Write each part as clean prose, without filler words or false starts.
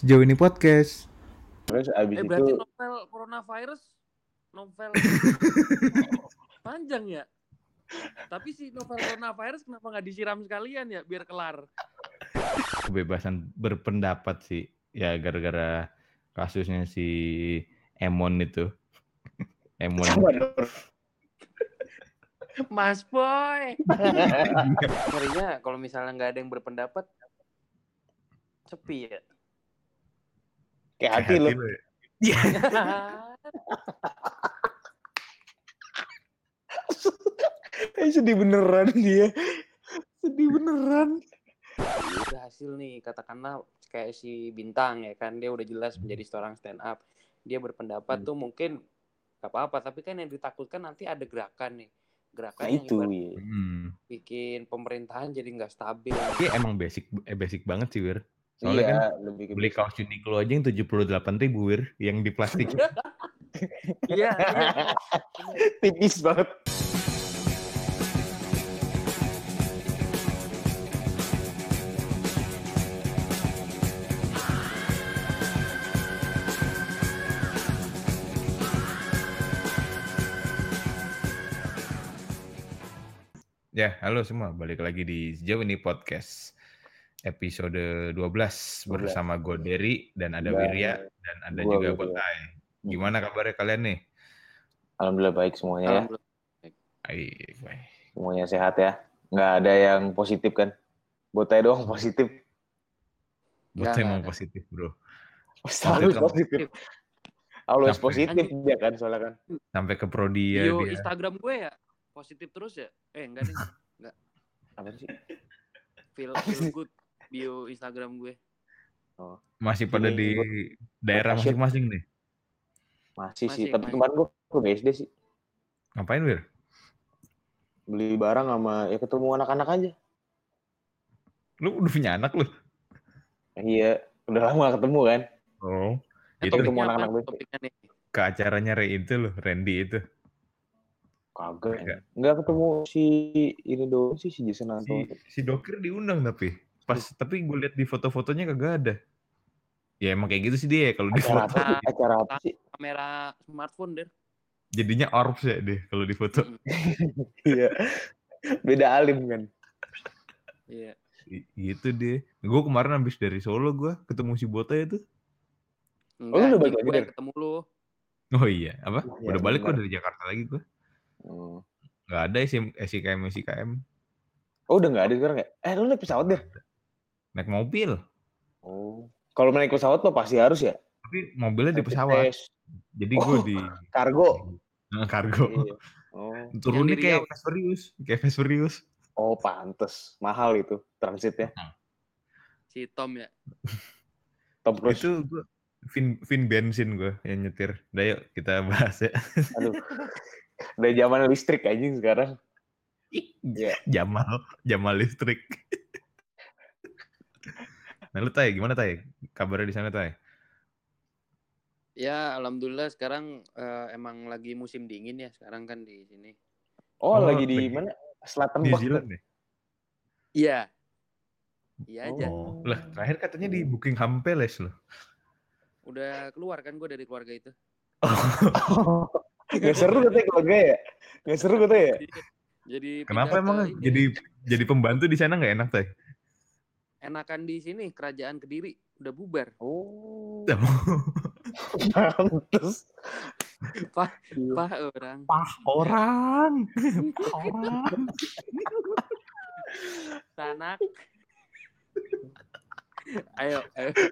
sejauh ini podcast. Terus abis Berarti itu novel coronavirus novel panjang ya. Tapi si novel coronavirus kenapa nggak disiram sekalian ya biar kelar? Kebebasan berpendapat sih. Ya gara-gara kasusnya si Emon itu. Emon. sama dong. Mas Boy. Ngerinya kalau misalnya nggak ada yang berpendapat sepi ya. Kayak hati lo. Ya. Sedih beneran dia. Sedih beneran. Udah hasil nih, katakanlah kayak si Bintang ya kan, dia udah jelas menjadi seorang stand up. Dia berpendapat tuh mungkin gak apa-apa, tapi kan yang ditakutkan nanti ada gerakan nih. Gerakan Nah yang itu ibarat ya. bikin pemerintahan jadi gak stabil. Dia emang basic banget sih, Wir. Soalnya Iya, kan lebih ke beli kaos Uniqlo aja yang 78.000, Wir, yang di plastik. Iya. tipis banget. Ya, halo semua. Balik lagi di Sejauh Ini Podcast. Episode 12 bersama gue Dery dan ada Wirya dan ada juga Botai. Gimana kabarnya kalian nih? Alhamdulillah baik semuanya ya. Baik. Semuanya sehat ya. Nggak ada yang positif kan? Botai doang positif. Botai emang positif, bro. Selalu positif. Always positif dia kan soalnya kan. Sampai ke prodi ya Bio dia. Instagram gue ya positif terus ya? Enggak nih. Enggak. Apa sih? Feel good bio Instagram gue. Oh. Masih pada di daerah masing-masing nih? Masih sih. Tapi kemarin gue ke BSD sih. Ngapain, Wir? Beli barang sama ya ketemu anak-anak aja. Lu udah punya anak lu? Iya, udah lama gak ketemu kan. Oh. Itu ketemu anak-anak BSD. Ke acaranya Randy itu. Kagak. Enggak ketemu si ini doang sih, si Jason Anton. Si Dokir diundang tapi gue lihat di foto-fotonya kagak ada. Ya emang kayak gitu sih dia kalau di foto. Acara apa sih? Kamera smartphone deh. Jadinya orbs ya deh kalau di foto. Iya. Beda alim kan. Iya. Gitu deh. Gue kemarin habis dari Solo gue ketemu si Bota itu. Enggak, udah balik lagi ketemu lu. Oh iya, apa? Ya, udah balik kok dari Jakarta lagi gue. Nggak ada SIKM. Oh udah nggak ada sekarang ya? Lu naik pesawat deh? Naik mobil. Oh. Kalau naik pesawat lo pasti harus ya? Tapi mobilnya di pesawat. Jadi gue di kargo. Kargo. Iya. Oh. Turunnya kayak Vesurius. Oh pantes, mahal itu transitnya. Si Tom ya. Tom Cruise. Itu gue Vin bensin gue yang nyetir. Udah yuk kita bahas ya. Aduh. Udah zaman listrik anjing sekarang. Yeah. Jamal listrik. Nah lu Tay, gimana Tay? Kabarnya di sana Tay? Ya alhamdulillah sekarang emang lagi musim dingin ya sekarang kan di sini. Oh lagi di mana? Selatan New Zealand ya? Iya. Iya aja. Oh. Lah terakhir katanya di Buckingham Palace loh. Udah keluar kan gue dari keluarga itu. Gak seru katanya keluarga ya? Gak seru katanya ya? Jadi kenapa emang jadi pembantu di sana nggak enak Tay? Enakan di sini kerajaan Kediri udah bubar. Oh. Pantes. orang. Sanak. Ayo.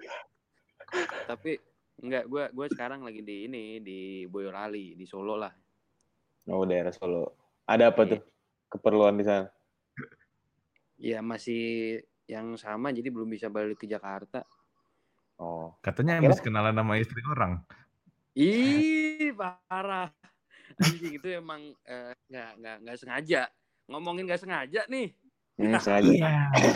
Tapi enggak, gue sekarang lagi di Boyolali, di Solo lah. Oh, daerah Solo. Ada apa tuh keperluan di sana? Ya masih yang sama, jadi belum bisa balik ke Jakarta. Oh, katanya habis kenalan sama istri orang. Ih, parah. Anjing itu emang nggak sengaja. Ngomongin nggak sengaja nih. Sengaja. Iya.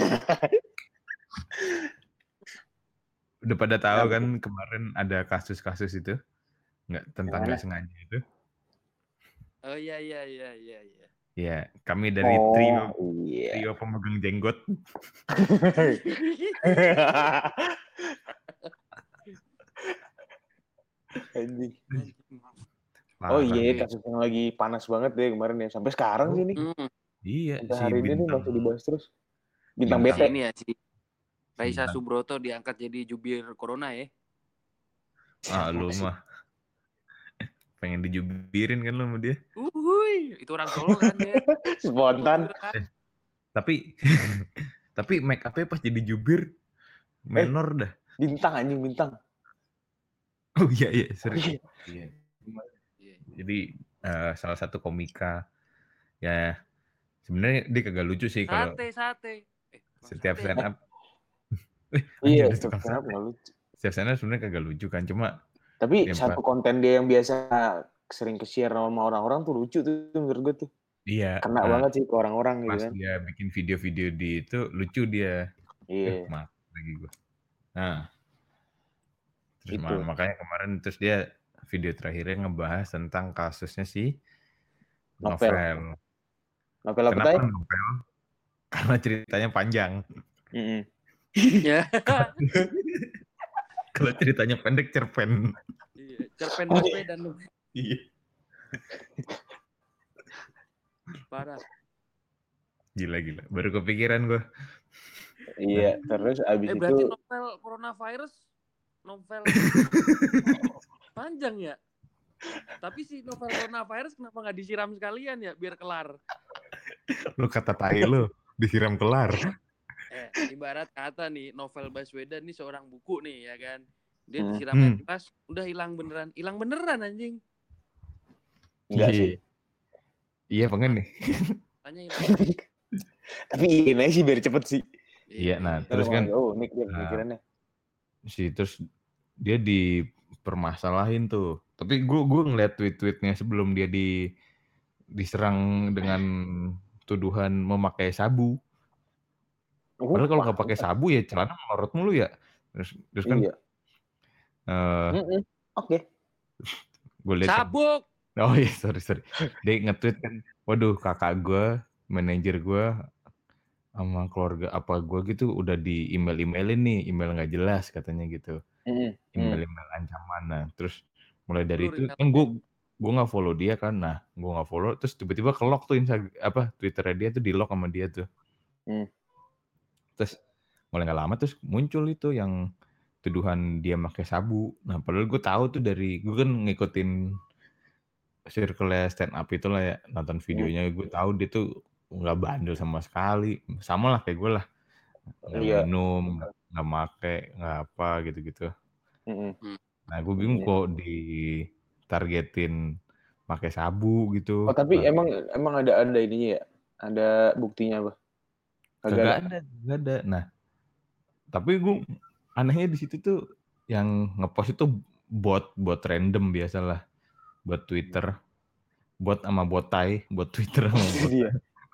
Udah pada tahu kan kemarin ada kasus-kasus itu? Nggak sengaja itu. Oh iya. Ya, kami dari trio pemegang jenggot. Anjing. Parah. Oh iya, kasus yang lagi panas banget deh kemarin ya. Sampai sekarang sih nih. Iya, Sampai si hari ini nih bintang masih dibahas terus. Bintang Bintang. BT. Ini ya si Raisa Bintang. Subroto diangkat jadi jubir corona ya. Lu mah pengen dijubirin kan lu sama dia. Itu orang Solo kan dia. Spontan. Tapi make up-nya pas jadi jubir menor dah. Bintang anjing, bintang. Oh iya, serius. Iya. Iya. Jadi salah satu komika ya sebenarnya dia kagak lucu sih kalau Sate. setiap stand up. Iya, Anjir, setiap stand up nggak lucu. Setiap stand up sebenarnya kagak lucu kan, cuma Tapi yang satu konten dia yang biasa sering ke-share sama orang-orang tuh lucu tuh menurut gue tuh. iya. Kena banget sih ke orang-orang gitu Pas kan. dia bikin video-video di itu lucu dia. Iya. Maaf lagi gue. Nah, terus Itu. makanya kemarin terus dia video terakhirnya ngebahas tentang kasusnya si Novel. Novel apa Kenapa tadi? Novel? Karena ceritanya panjang. Ya. Kalau ceritanya pendek cerpen. Iya, cerpen Baswedan lu. Iya. Parah. Gila. Baru kepikiran gue. Iya, terus abis Berarti itu novel coronavirus novel panjang ya? Tapi si novel coronavirus kenapa nggak disiram sekalian ya biar kelar? Lu kata tai lu disiram kelar. Ibarat kata nih novel Baswedan nih seorang buku nih ya kan. Dia disiram air keras udah hilang beneran anjing. enggak sih. Iya pengen nih. Tanya Tapi ini sih biar cepet sih. Iya, nah terus kan Nick dia pikirannya. Terus dia dipermasalahin tuh. Tapi gue ngeliat tweet-tweetnya sebelum dia diserang dengan tuduhan memakai sabu. Padahal kalau nggak pakai sabu ya celana melorot mulu ya. Terus kan. Iya. Oke. Gue lihat. Sabuk. Oh iya, sorry. Dia nge-tweet kan, waduh kakak gue, manajer gue, sama keluarga apa gue gitu udah di emailin nih, email nggak jelas katanya gitu. Email ancaman. Nah, terus mulai dari itu kan gue nggak follow dia kan. Nah, gue nggak follow terus tiba-tiba ke-lock tuh Twitternya dia tuh di-lock sama dia tuh. Terus mulai nggak lama terus muncul itu yang tuduhan dia pakai sabu. Nah, padahal gue tahu tuh gue kan ngikutin circle stand up itulah ya, nonton videonya gue tahu dia tuh nggak bandel sama sekali. Sama lah kayak gue lah. Nggak minum, nggak make, nggak apa gitu-gitu. Nah, gue bingung kok ditargetin pakai sabu gitu. Oh, tapi emang ada ininya ya? Ada buktinya apa? Kagak ada. Nah, tapi gue anehnya di situ tuh yang ngepost itu bot random biasalah. Buat Twitter. Bot sama botai, buat Twitter sama botai.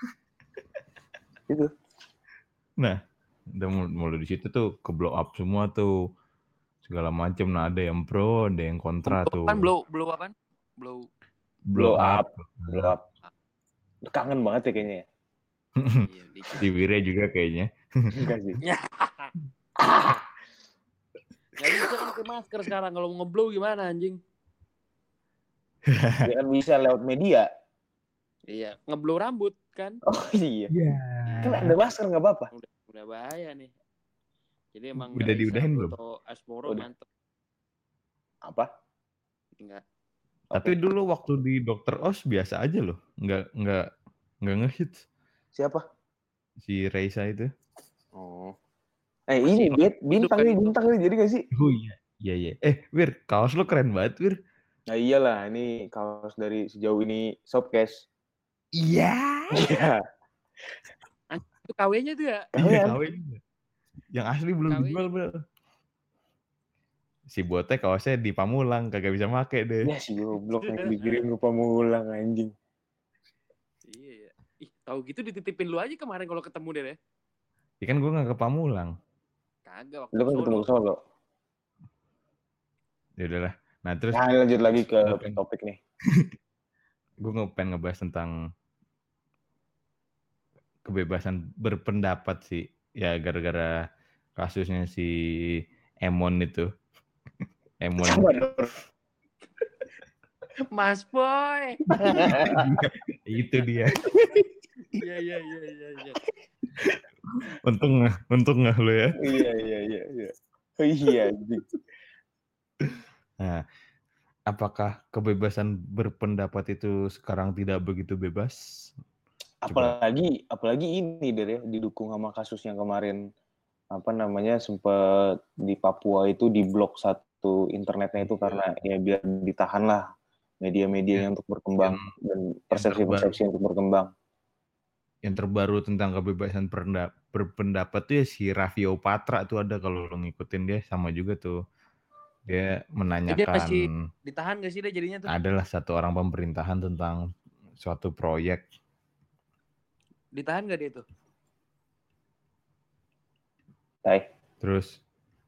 Itu. Nah, udah mulai di situ tuh ke blow up semua tuh. Segala macam. Nah, ada yang pro, ada yang kontra tuh. Blow apa? Blow up. Kangen banget ya kayaknya ya. Si Wirya juga kayaknya. Enggak sih. Nggak bisa pakai masker sekarang kalau mau ngeblow gimana anjing? Ya kan bisa lewat media. Iya, ngeblow rambut kan? Oh iya. Kan ada masker nggak apa-apa. Udah bahaya nih. Jadi emang udah diudahin belum? Asmoro mantep. Apa? Enggak. Tapi dulu waktu di Dr. Oz biasa aja loh, nggak ngehits. Siapa? Si Raisa itu. Oh. Ini bintang nih jadi gak sih? Oh iya. Wir, kaos lo keren banget, Wir. Nah iyalah, ini kaos dari sejauh ini Shopcase. Iya. Itu KW-nya tuh ya? Iya, KW-nya. Yang asli belum dijual, bro. Si Bote kaosnya di Pamulang, kagak bisa make deh. Ya si goblok yang dikirim ke Pamulang anjing. Iya. Tahu gitu dititipin lu aja kemarin kalau ketemu deh. Ya kan gue nggak ke Pamulang. Kagak waktu lu kan ketemu Solo. Ya udahlah. Nah terus. Nah lanjut lagi ke topik nih. Gue pengen ngebahas tentang kebebasan berpendapat sih. Ya gara-gara kasusnya si Emon itu. Emon. Mas Boy. Itu dia. Iya. Untung nggak lu ya. Iya. Iya. Nah, apakah kebebasan berpendapat itu sekarang tidak begitu bebas? Coba. Apalagi ini ya didukung sama kasus yang kemarin sempat di Papua itu diblok satu internetnya itu karena ya biar ditahan lah media-medianya untuk berkembang dan persepsi-persepsi untuk berkembang. Yang terbaru tentang kebebasan berpendapat tuh ya si Raffio Patra tuh ada, kalau lo ngikutin dia sama juga tuh. Dia menanyakan, dia masih ditahan gak sih dia jadinya tuh? Adalah satu orang pemerintahan tentang suatu proyek. Ditahan gak dia tuh? Terus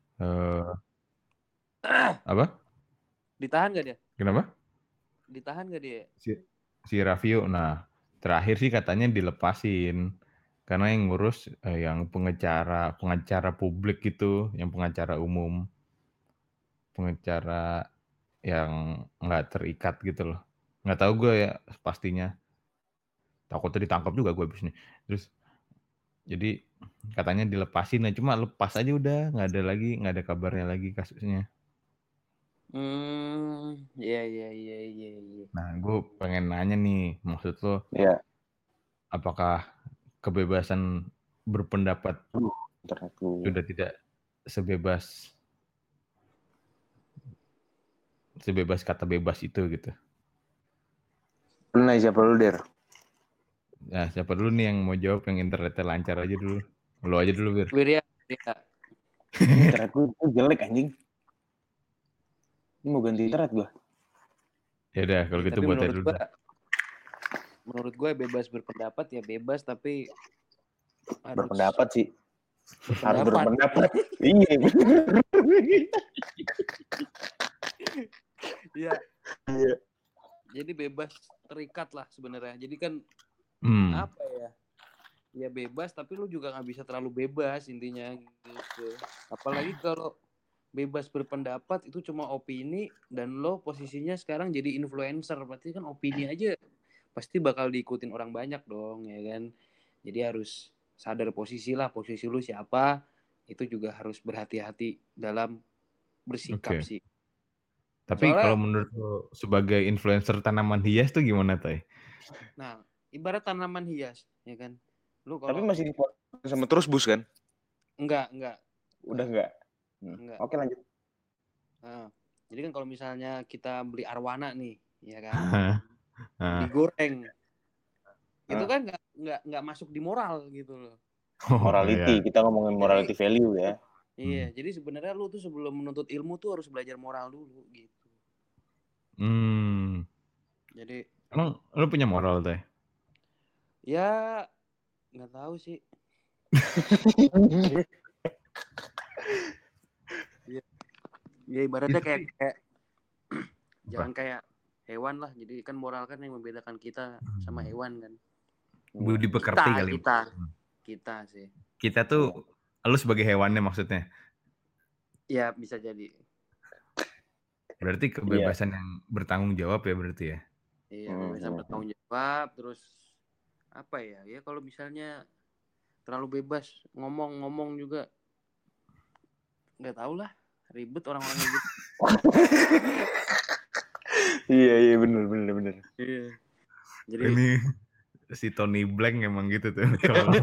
apa? Ditahan gak dia? Kenapa? Ditahan gak dia? Si Raffio. Nah, terakhir sih katanya dilepasin karena yang ngurus yang pengacara publik gitu, yang pengacara umum, pengacara yang nggak terikat gitu loh. Nggak tahu gue ya pastinya. Takutnya ditangkap juga gue abis ini. Terus jadi katanya dilepasin, nah cuma lepas aja udah, nggak ada kabarnya lagi kasusnya. Iya. Nah, gue pengen nanya nih, maksud lo, apakah kebebasan berpendapat sudah tidak sebebas kata bebas itu gitu? Nah, siapa lu, Der? Nah, siapa dulu nih yang mau jawab, yang internetnya lancar aja dulu? Lo aja dulu, Bir. Wirya. Internet gue jelek anjing. Ini mau ganti internet gue. Ya udah, kalau gitu buat aja dulu. Menurut gue bebas berpendapat ya bebas, tapi berpendapat sih. Harus berpendapat. Iya. Iya. Jadi bebas terikat lah sebenarnya. Jadi kan apa ya? Ya bebas, tapi lu juga nggak bisa terlalu bebas intinya gitu. Apalagi kalau bebas berpendapat itu cuma opini dan lo posisinya sekarang jadi influencer, berarti kan opini aja pasti bakal diikutin orang banyak dong, ya kan? Jadi harus sadar posisi lu siapa, itu juga harus berhati-hati dalam bersikap sih. Tapi kalau menurut lo sebagai influencer tanaman hias tuh gimana, Tay? Nah, ibarat tanaman hias, ya kan? Lu kalau tapi masih dipotong sama terus bus kan? Enggak. Udah enggak. Oke, lanjut. Nah, jadi kan kalau misalnya kita beli arwana nih, ya kan? Digoreng. Itu kan nggak masuk di moral gitu loh. Morality, kita ngomongin morality value ya. Iya, jadi sebenarnya lu tuh sebelum menuntut ilmu tuh harus belajar moral dulu gitu. Jadi emang lu punya moral, Tay? Ya nggak tahu sih. Ya ibaratnya kayak jangan kayak hewan lah. Jadi kan moral kan yang membedakan kita sama hewan kan. Budi pekerti kali. Kita sih. Kita tuh lu sebagai hewannya maksudnya? Ya bisa jadi. Berarti kebebasan yang bertanggung jawab ya berarti ya? Iya, kebebasan bertanggung jawab. Terus apa ya? Ya kalau misalnya terlalu bebas ngomong juga nggak tahu lah, ribet orang-orang gitu. Iya benar. Iya. Jadi ini si Tony Blank emang gitu tuh.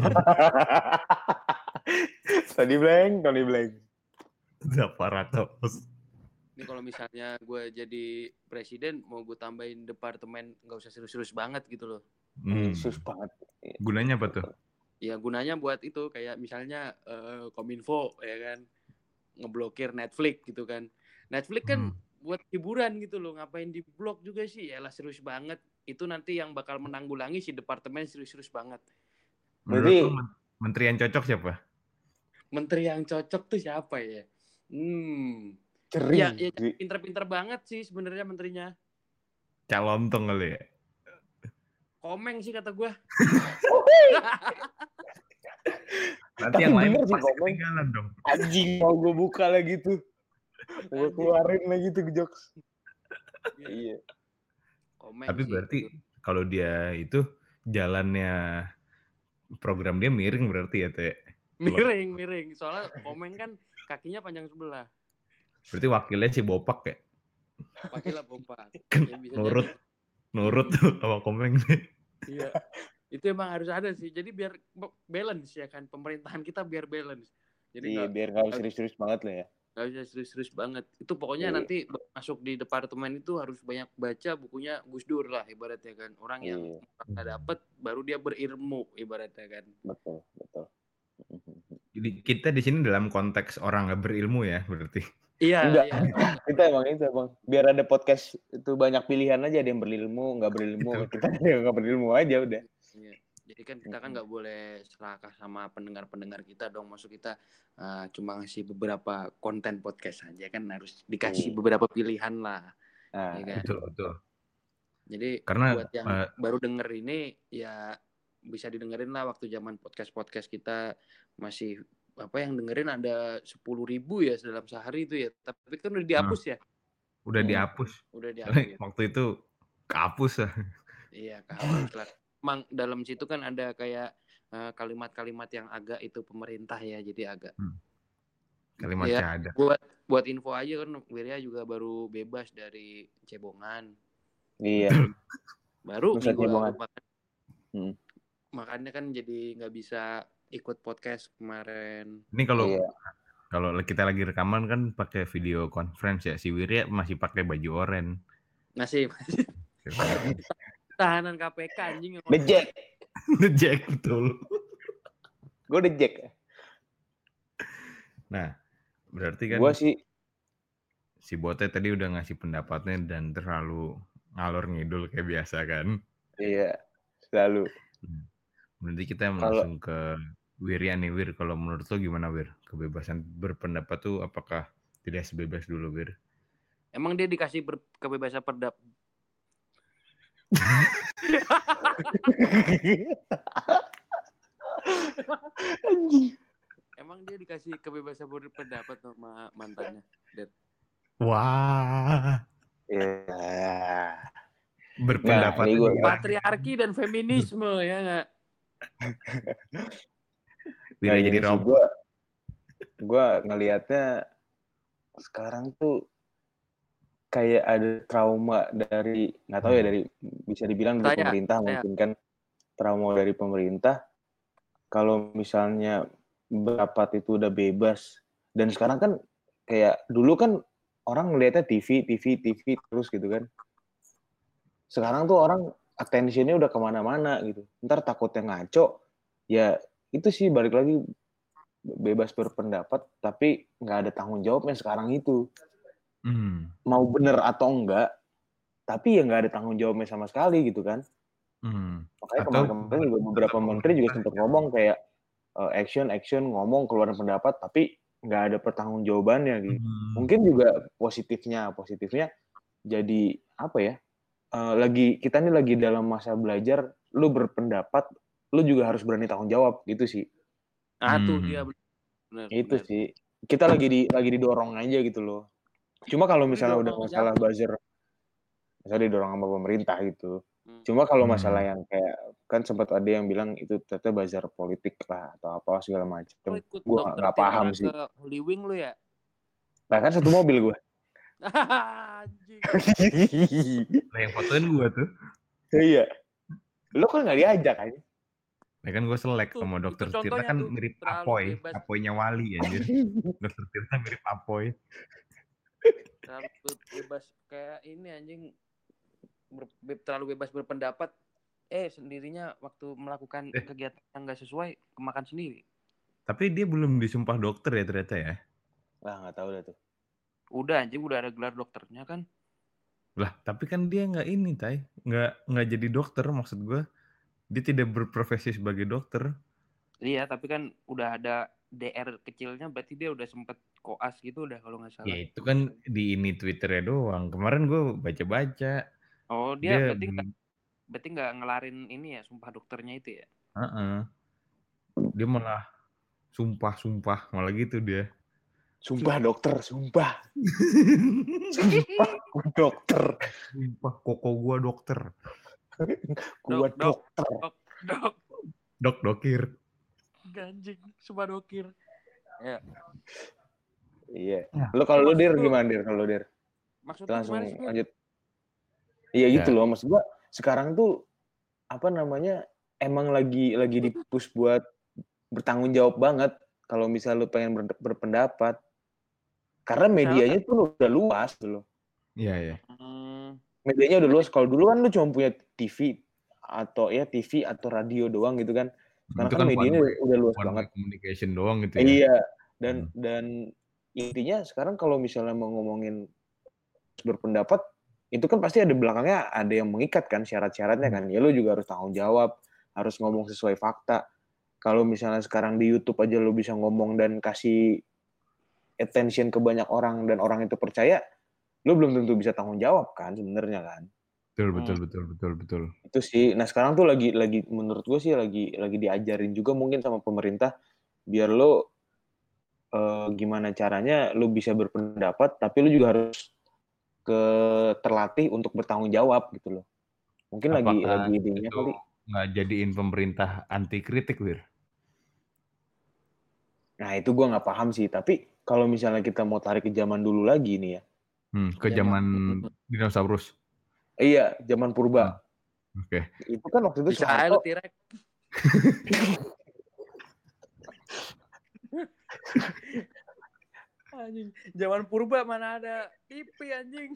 Tony Blank. Zaparatos. Ini kalau misalnya gue jadi presiden, mau gue tambahin departemen nggak usah serius-serius banget gitu loh. Serius banget. Gunanya apa tuh? Ya gunanya buat itu kayak misalnya Kominfo ya kan ngeblokir Netflix gitu kan. Netflix kan buat hiburan gitu loh, ngapain diblok juga sih? Yalah serius banget. Itu nanti yang bakal menanggulangi si departemen serius-serius banget. Menurut lu menteri yang cocok siapa? Menteri yang cocok tuh siapa ya? Ya pinter-pinter banget sih sebenarnya menterinya. Calontong kali ya? Komeng sih kata gue. Nanti yang lain pasti ketinggalan dong. Anjing, mau gue buka lagi tuh. Gue keluarin lagi tuh jokes. Iya. Komeng Tapi sih. berarti kalau dia itu jalannya program dia miring berarti ya, Teh? Miring. Soalnya Komeng kan kakinya panjang sebelah. Berarti wakilnya si Bopak ya? Wakilnya Bopak. Kan Ya bisa nurut tuh sama Komeng nih. Iya. Itu emang harus ada sih. Jadi biar balance ya kan. Pemerintahan kita biar balance. Jadi Iya, biar nggak serius-serius banget lah ya. Gak bisa serius-serius banget. Itu pokoknya nanti masuk di departemen itu harus banyak baca bukunya Gus Dur lah ibaratnya kan. Orang yang nggak dapet baru dia berilmu ibaratnya kan. Betul. Jadi kita di sini dalam konteks orang nggak berilmu ya berarti. Iya. Kita emang itu bang. Biar ada podcast itu banyak pilihan aja. Ada yang berilmu, nggak berilmu. Kita ada yang nggak berilmu aja udah. Iya. Jadi kan kita kan nggak boleh serakah sama pendengar-pendengar kita dong. Maksud kita cuma ngasih beberapa konten podcast aja kan harus dikasih beberapa pilihan lah. Ya kan? Betul. Jadi karena buat yang baru denger ini ya bisa didengerin lah waktu zaman podcast kita masih yang dengerin ada 10.000 ya dalam sehari itu ya. Tapi kan udah dihapus ya. Udah dihapus. Waktu itu kehapus lah. Iya, kehapus lah. Emang dalam situ kan ada kayak kalimat-kalimat yang agak itu pemerintah ya, jadi agak. Kalimatnya ada. Buat info aja kan, Wirya juga baru bebas dari cebongan. Iya. Baru minggu lalu makanya kan jadi nggak bisa ikut podcast kemarin. Ini kalau kita lagi rekaman kan pakai video conference ya, si Wirya masih pakai baju oranye. Masih. Tahanan KPK anjing. The Jack betul. Gue the Jack. Nah, berarti kan gue sih si Bote tadi udah ngasih pendapatnya dan terlalu ngalor ngidul kayak biasa kan. Iya, selalu. Berarti kita langsung ke Wirya nih, Wir. Kalau menurut lo gimana, Wir? Kebebasan berpendapat tuh apakah tidak sebebas dulu, Wir? Emang dia dikasih kebebasan pendapat? Emang dia dikasih kebebasan berpendapat sama mantannya, Dad? Wah. Iya. Berpendapat patriarki dan feminisme ya nggak? Bila jadi robot. Gue ngelihatnya sekarang tuh kayak ada trauma dari nggak tahu ya dari bisa dibilang dari pemerintah mungkin kan trauma dari pemerintah kalau misalnya pendapat itu udah bebas dan sekarang kan kayak dulu kan orang ngelihatnya TV terus gitu kan. Sekarang tuh orang attention-nya udah kemana-mana gitu. Ntar takutnya ngaco, ya itu sih balik lagi bebas berpendapat, tapi nggak ada tanggung jawabnya sekarang itu. Mau bener atau enggak, tapi ya nggak ada tanggung jawabnya sama sekali gitu kan. Makanya kemarin juga beberapa menteri juga sempat ngomong kayak action ngomong keluarin pendapat, tapi nggak ada pertanggungjawabannya gitu. Mungkin juga positifnya jadi apa ya? Kita nih lagi dalam masa belajar, lu berpendapat, lu juga harus berani tanggung jawab gitu sih. Tuh dia benar. Itu sih. Kita lagi didorong aja gitu loh. Cuma kalau misalnya udah masalah buzzer, misalnya didorong sama pemerintah gitu. Cuma kalau masalah yang kayak kan sempat ada yang bilang itu ternyata buzzer politik lah atau apa segala macam. Gue nggak paham sih. Holy Wing lu ya? Nah kan satu mobil gue. Anjing. Yang fotoin gue tuh. Iya. Lo kan nggak diajak aja. Ya kan gue selek sama Dokter Tirta kan mirip Apoy-nya Wali anjir. Dokter Tirta mirip Apoy. Terlalu bebas kayak ini anjing. Terlalu bebas berpendapat. Sendirinya waktu melakukan kegiatan yang nggak sesuai kemakan sendiri. Tapi dia belum disumpah dokter ya ternyata ya? Lah nggak tahu dah tuh. Udah anjing udah ada gelar dokternya kan. Lah tapi kan dia nggak ini Tai. Nggak jadi dokter maksud gue. Dia tidak berprofesi sebagai dokter. Iya tapi kan udah ada DR kecilnya berarti dia udah sempet koas gitu udah kalau nggak salah. Ya itu kan di ini Twitternya doang. Kemarin gue baca-baca. Oh dia berarti nggak ngelarin ini ya sumpah dokternya itu ya? Dia malah sumpah malah gitu dia. Sumpah dokter, sumpah. Sumpah, gua dokter. Sumpah, koko gua dokter. Gua dokter. Dokir. Ganjing, sumpah dokir. Ya. Iya. Ya. Lo kalau lu Dir gimana Dir kalau Dir? Maksud Langsung gimana sih? lanjut. Iya gitu loh, maksud gua sekarang tuh apa namanya? Emang lagi di-push buat bertanggung jawab banget kalau misal lu pengen berpendapat. Karena medianya tuh udah luas loh. Iya. Medianya udah luas. Kalau dulu kan lu cuma punya TV atau radio doang gitu kan. Sekarang Itu kan medianya udah luas banget. Communication doang gitu ya. Iya. Dan intinya sekarang kalau misalnya mau ngomongin berpendapat, itu kan pasti ada belakangnya ada yang mengikat kan syarat-syaratnya kan. Ya lu juga harus tanggung jawab, harus ngomong sesuai fakta. Kalau misalnya sekarang di YouTube aja lu bisa ngomong dan kasih attention ke banyak orang dan orang itu percaya, lu belum tentu bisa tanggung jawab kan sebenarnya kan. Betul. Itu sih. Nah, sekarang tuh lagi menurut gue sih lagi diajarin juga mungkin sama pemerintah biar lu gimana caranya lu bisa berpendapat tapi lu juga harus terlatih untuk bertanggung jawab gitu loh. Mungkin lagi idenya kali. Nggak jadiin pemerintah anti kritik, Wir? Nah, itu gue nggak paham sih. Tapi kalau misalnya kita mau tarik ke zaman dulu lagi nih ya. Ke zaman dinosaurus. Iya, zaman purba. Oke. Itu kan waktu itu bisa Soeharto. Tirek. Anjing, zaman purba mana ada TV anjing.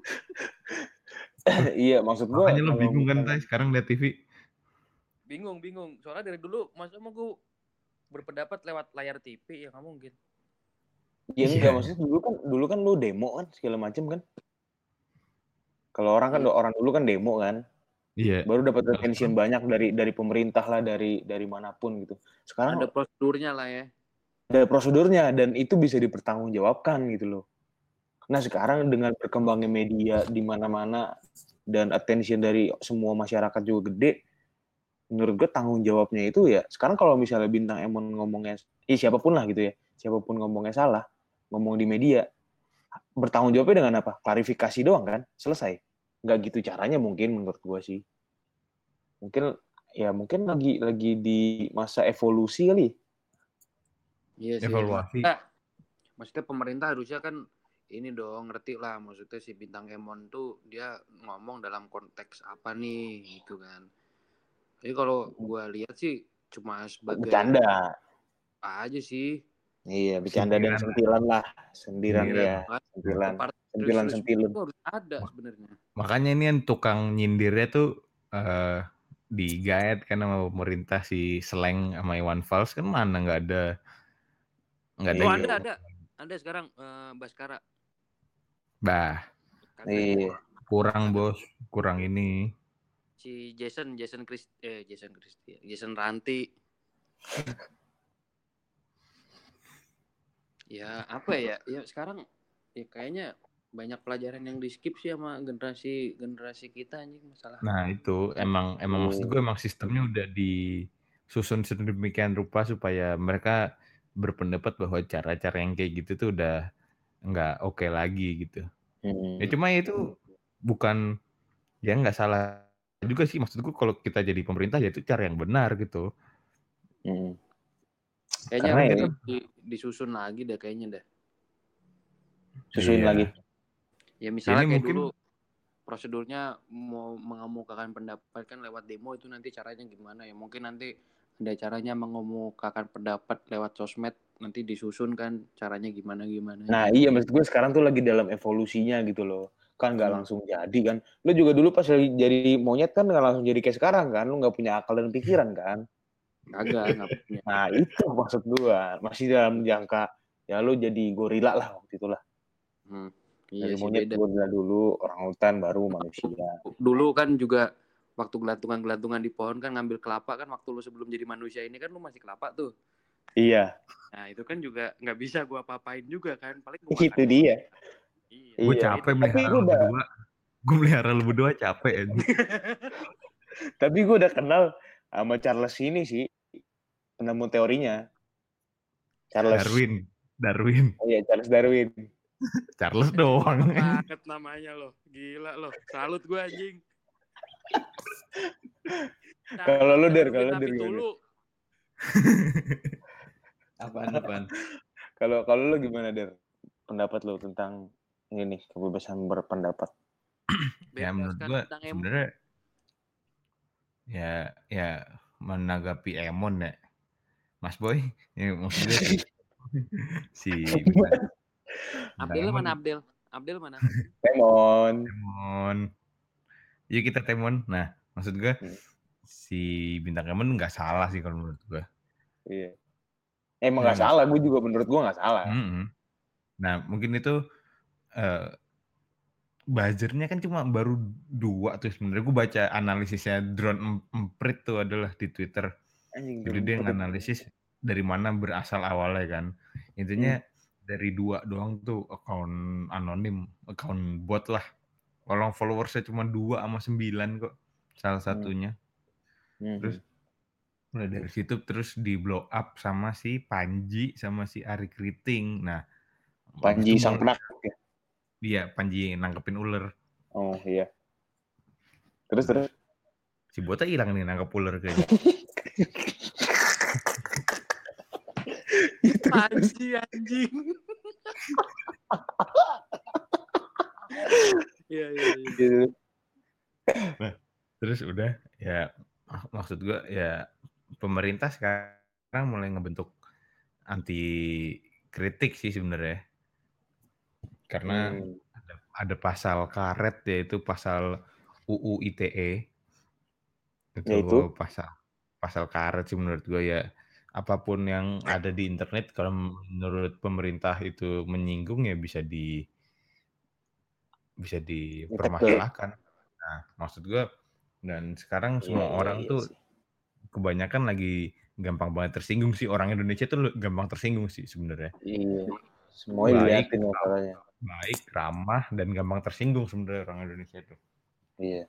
Iya, maksud gue. Makanya lo bingung kan, Tay, sekarang lihat TV? Bingung. Soalnya dari dulu, masa mau gue berpendapat lewat layar TV, ya nggak mungkin. Iya enggak, maksudnya dulu kan lu demo kan, segala macam kan. Kalau orang dulu kan demo kan. Iya. Baru dapat attention banyak dari pemerintah lah, dari manapun gitu. Sekarang ada prosedurnya lah ya. Ada prosedurnya dan itu bisa dipertanggungjawabkan gitu loh. Nah, sekarang dengan berkembangnya media di mana-mana dan attention dari semua masyarakat juga gede, menurut gue tanggung jawabnya itu ya, sekarang kalau misalnya Bintang Emon ngomongnya, siapapun lah gitu ya, siapapun ngomongnya salah, ngomong di media, bertanggung jawabnya dengan apa? Klarifikasi doang kan? Selesai. Nggak gitu caranya mungkin menurut gue sih. Mungkin lagi di masa evolusi kali. Iya sih. Evaluasi. Maksudnya pemerintah harusnya kan ini dong, ngerti lah. Maksudnya si Bintang Emon tuh dia ngomong dalam konteks apa nih gitu kan. Jadi kalau gue lihat sih cuma sebagai bercanda aja sih. Iya, bercanda dan sentilan lah. Sentilan. Itu harus ada sebenarnya. Makanya ini yang tukang nyindirnya tuh digait kan sama pemerintah, si Slang sama Iwan Fals kan mana nggak ada. Ada sekarang Baskara. Bah. Iya. Kurang bos, kurang ini. Si Jason Ranti. Ya apa ya? Ya sekarang ya kayaknya banyak pelajaran yang di skip sih sama generasi kita anjing masalah. Nah itu emang maksud gue emang sistemnya udah disusun sedemikian rupa supaya mereka berpendapat bahwa cara-cara yang kayak gitu tuh udah nggak oke lagi gitu. Ya cuma itu bukan, ya nggak salah juga sih, maksud gue kalau kita jadi pemerintah ya itu cara yang benar gitu. Kayaknya harus disusun lagi deh kayaknya dah. Susun lagi. Ya misalnya kayak mungkin, dulu prosedurnya mau mengemukakan pendapat kan lewat demo, itu nanti caranya gimana ya? Mungkin nanti ada caranya mengemukakan pendapat lewat sosmed, nanti disusun kan caranya gimana. Nah iya, maksud gue sekarang tuh lagi dalam evolusinya gitu loh. Kan nggak langsung jadi kan. Lu juga dulu pas lagi jadi monyet kan nggak langsung jadi kayak sekarang kan. Lu nggak punya akal dan pikiran kan. Nggak punya. Nah itu maksud gue. Masih dalam jangka ya lu jadi gorila lah waktu itulah. Dari monyet gorila dulu, orangutan baru manusia. Dulu kan juga waktu gelantungan di pohon kan ngambil kelapa kan, waktu lu sebelum jadi manusia ini kan lu masih kelapa tuh. Iya. Nah itu kan juga nggak bisa gue apa-apain juga kan, paling gua itu dia. Iya. Gue capek melihara lu berdua. Gue melihara lu berdua capek aja. Tapi gue udah kenal sama Charles ini sih, penemu teorinya. Darwin. Darwin. Oh iya, Charles Darwin. Charles doang. banget namanya loh. Gila loh. Salut gue anjing. Kalau lu Der, Darwin kalau Der tapi gimana? dulu. Apaan? Kalau lu gimana Der? Pendapat lu tentang ini nih, kebebasan berpendapat. Ya menurut gue sebenarnya ya menanggapi Emon ya. Mas Boy, ya maksud gue si Abdel mana Abdel? Abdel mana? Temon. Yuk kita Temon. Nah, maksud gue si bintang Emon nggak salah sih kalau menurut gue. Iya. Emang nggak salah, gue juga menurut gue nggak salah. Nah, mungkin itu buzzernya kan cuma baru 2 tuh sebenarnya. Gue baca analisisnya Drone Emprit tuh adalah di Twitter. Jadi dia nganalisis dari mana berasal awalnya kan. Intinya dari 2 doang tuh akun anonim, akun bot lah. Kalau followersnya cuma 2 sama 9 kok salah satunya. Terus mulai dari situ terus di blow up sama si Panji sama si Ari Kriting. Nah, Panji sang penakut ya. Iya, Panji nangkepin ular. Oh iya. Terus. Si Bota hilang nih nangkep ular kayaknya. Panji anjing. Iya. Nah, terus udah ya maksud gue ya pemerintah sekarang mulai ngebentuk anti kritik sih sebenarnya. Karena ada pasal karet yaitu pasal UU ITE. Itu pasal karet sih menurut gue ya. Apapun yang ada di internet kalau menurut pemerintah itu menyinggung ya bisa dipermasalahkan. Nah, maksud gue dan sekarang semua orang tuh kebanyakan lagi gampang banget tersinggung sih. Orang Indonesia tuh gampang tersinggung sih sebenarnya. Iya. Semuanya dilihatin masalahnya. Baik, ramah dan gampang tersinggung sebenarnya orang Indonesia itu. Iya.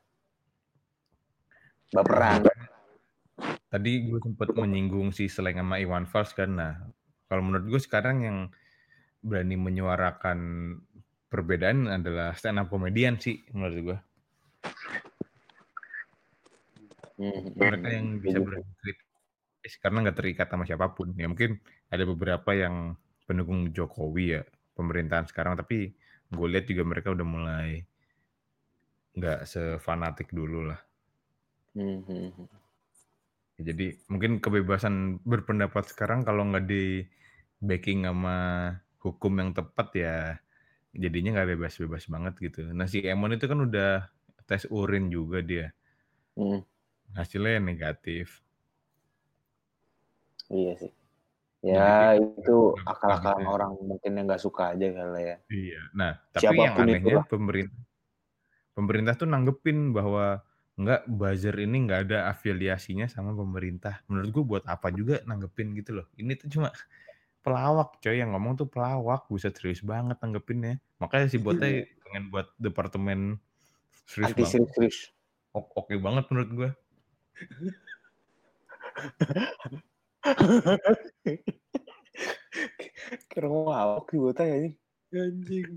Baperan. Tadi gue sempat menyinggung si Slang sama Iwan Fals kan. Nah, kalau menurut gue sekarang yang berani menyuarakan perbedaan adalah stand up komedian sih menurut gue. Mereka yang bisa berani kritis karena nggak terikat sama siapapun. Ya mungkin ada beberapa yang pendukung Jokowi ya pemerintahan sekarang, tapi gue lihat juga mereka udah mulai nggak sefanatik dulu lah. Jadi mungkin kebebasan berpendapat sekarang kalau nggak di backing sama hukum yang tepat ya jadinya nggak bebas-bebas banget gitu. Nah si Emon itu kan udah tes urin juga dia. Hasilnya negatif. Iya sih. Ya jadi, itu akal-akalan gitu. Orang mungkin yang nggak suka aja kali ya. Iya. Nah tapi siapapun yang anehnya pemerintah tuh nanggepin bahwa enggak, buzzer ini nggak ada afiliasinya sama pemerintah. Menurut gue buat apa juga nanggepin gitu loh. Ini tuh cuma pelawak coy, yang ngomong tuh pelawak. Buset serius banget nanggepinnya. Makanya si Botnya pengen buat departemen serius banget. Anti-serius. Oke banget menurut gue. Kira pelawak si Botnya ya ini. Anjing.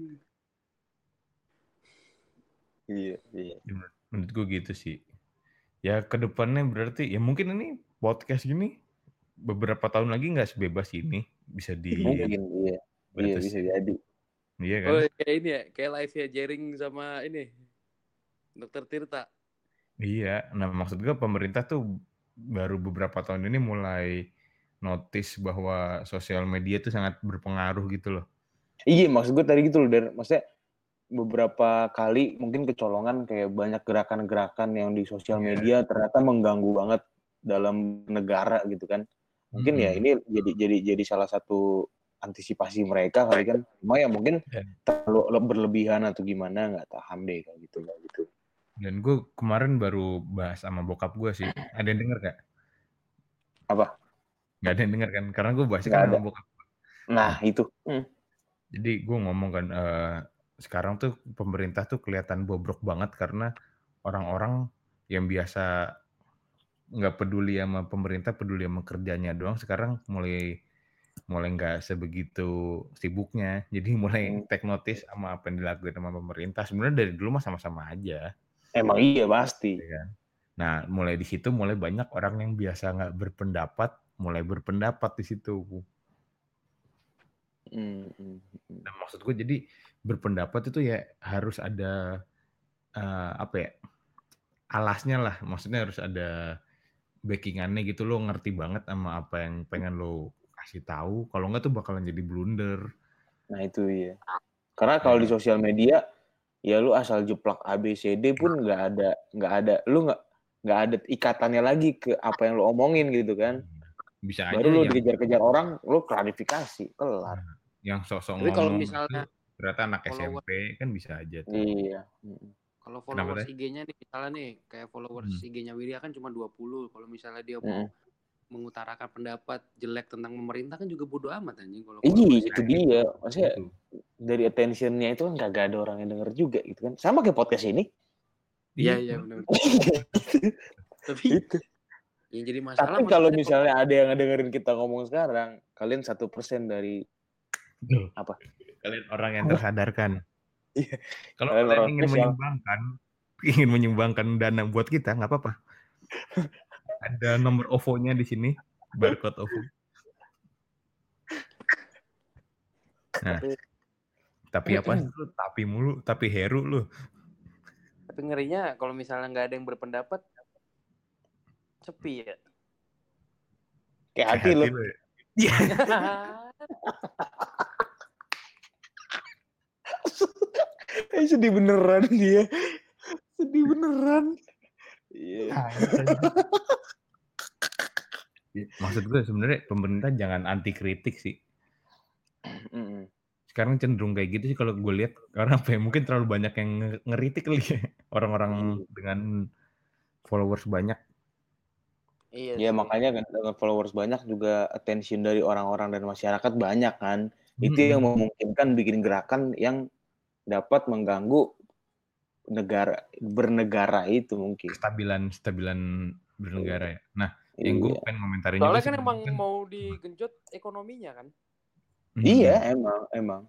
Iya. Menurut gue gitu sih. Ya kedepannya berarti ya mungkin ini podcast gini beberapa tahun lagi nggak sebebas ini, bisa mungkin iya bisa jadi. Iya kan? Oh kayak ini ya, kayak live ya Jering sama ini Dr. Tirta. Iya, nah maksud gue pemerintah tuh baru beberapa tahun ini mulai notice bahwa sosial media tuh sangat berpengaruh gitu loh. Iya, maksud gue tadi gitu loh, Dan. Maksudnya beberapa kali mungkin kecolongan kayak banyak gerakan-gerakan yang di sosial media ternyata mengganggu banget dalam negara gitu kan. Mungkin ya ini jadi salah satu antisipasi mereka kali kan. Cuma ya mungkin terlalu berlebihan atau gimana nggak paham deh kayak gitu. Dan gue kemarin baru bahas sama bokap gue sih. Ada yang denger gak? Apa? Gak ada yang denger kan? Karena gue bahasnya kan sama bokap gue. Nah itu. Jadi gue ngomong kan, sekarang tuh pemerintah tuh kelihatan bobrok banget karena orang-orang yang biasa nggak peduli sama pemerintah, peduli sama kerjanya doang, sekarang mulai mulai nggak sebegitu sibuknya. Jadi mulai take notice sama apa yang dilakukan sama pemerintah. Sebenarnya dari dulu mah sama-sama aja. Emang iya pasti. Ya kan? Nah, mulai di situ mulai banyak orang yang biasa nggak berpendapat, mulai berpendapat di situ. Nah, maksud gue jadi berpendapat itu ya harus ada apa ya, alasnya lah. Maksudnya harus ada backing-annya gitu, lo ngerti banget sama apa yang pengen lo kasih tahu. Kalau nggak tuh bakalan jadi blunder. Nah itu ya. Karena kalau di sosial media ya lu asal jeplak ABCD pun nggak ada lu nggak ada ikatannya lagi ke apa yang lu omongin gitu kan. Bisa Baru aja lu yang dikejar-kejar orang, lu klarifikasi, kelar. yang sosok Tapi kalau ngomong misalnya itu ternyata anak follower, SMP kan bisa aja tuh. Iya. kalau Kenapa followers teh? IG-nya nih misalnya nih kayak followers IG-nya Wirya kan cuma 20. Kalau misalnya dia mau mengutarakan pendapat jelek tentang pemerintah kan juga bodo amat anjing kalau Iya, followers itu dia. Maksudnya Itu. dari attention-nya itu kan kagak ada orang yang denger juga gitu kan. Sama kayak podcast ini. Iya benar. Tapi Itu. yang jadi masalah Tapi kalau misalnya ada yang dengerin kita ngomong sekarang, kalian 1% dari apa? Kalian orang yang tersadarkan. Iya. Kalau Kalian orang kalian spesial. ingin menyumbangkan dana buat kita, nggak apa-apa. Ada nomor OVO-nya di sini, barcode OVO. Nah, tapi apa sih lu? Tapi mulu, tapi Heru lu. Tapi ngerinya kalau misalnya nggak ada yang berpendapat, sepi ya. Kayak hati lo. Iya. Sedih beneran dia. Sedih beneran. Iya. Maksud gue sebenarnya pemerintah jangan anti kritik sih. Sekarang cenderung kayak gitu sih kalau gue lihat, karena apa ya, mungkin terlalu banyak yang ngeritik kali ya, orang-orang dengan followers banyak. Iya Ya sih. makanya kan dengan followers banyak juga attention dari orang-orang dan masyarakat banyak kan. Itu yang memungkinkan bikin gerakan yang dapat mengganggu bernegara itu mungkin. Stabilan bernegara ya. Nah, yang gue pengen komentarin juga soalnya kan emang mau digenjot ekonominya kan. Iya, emang.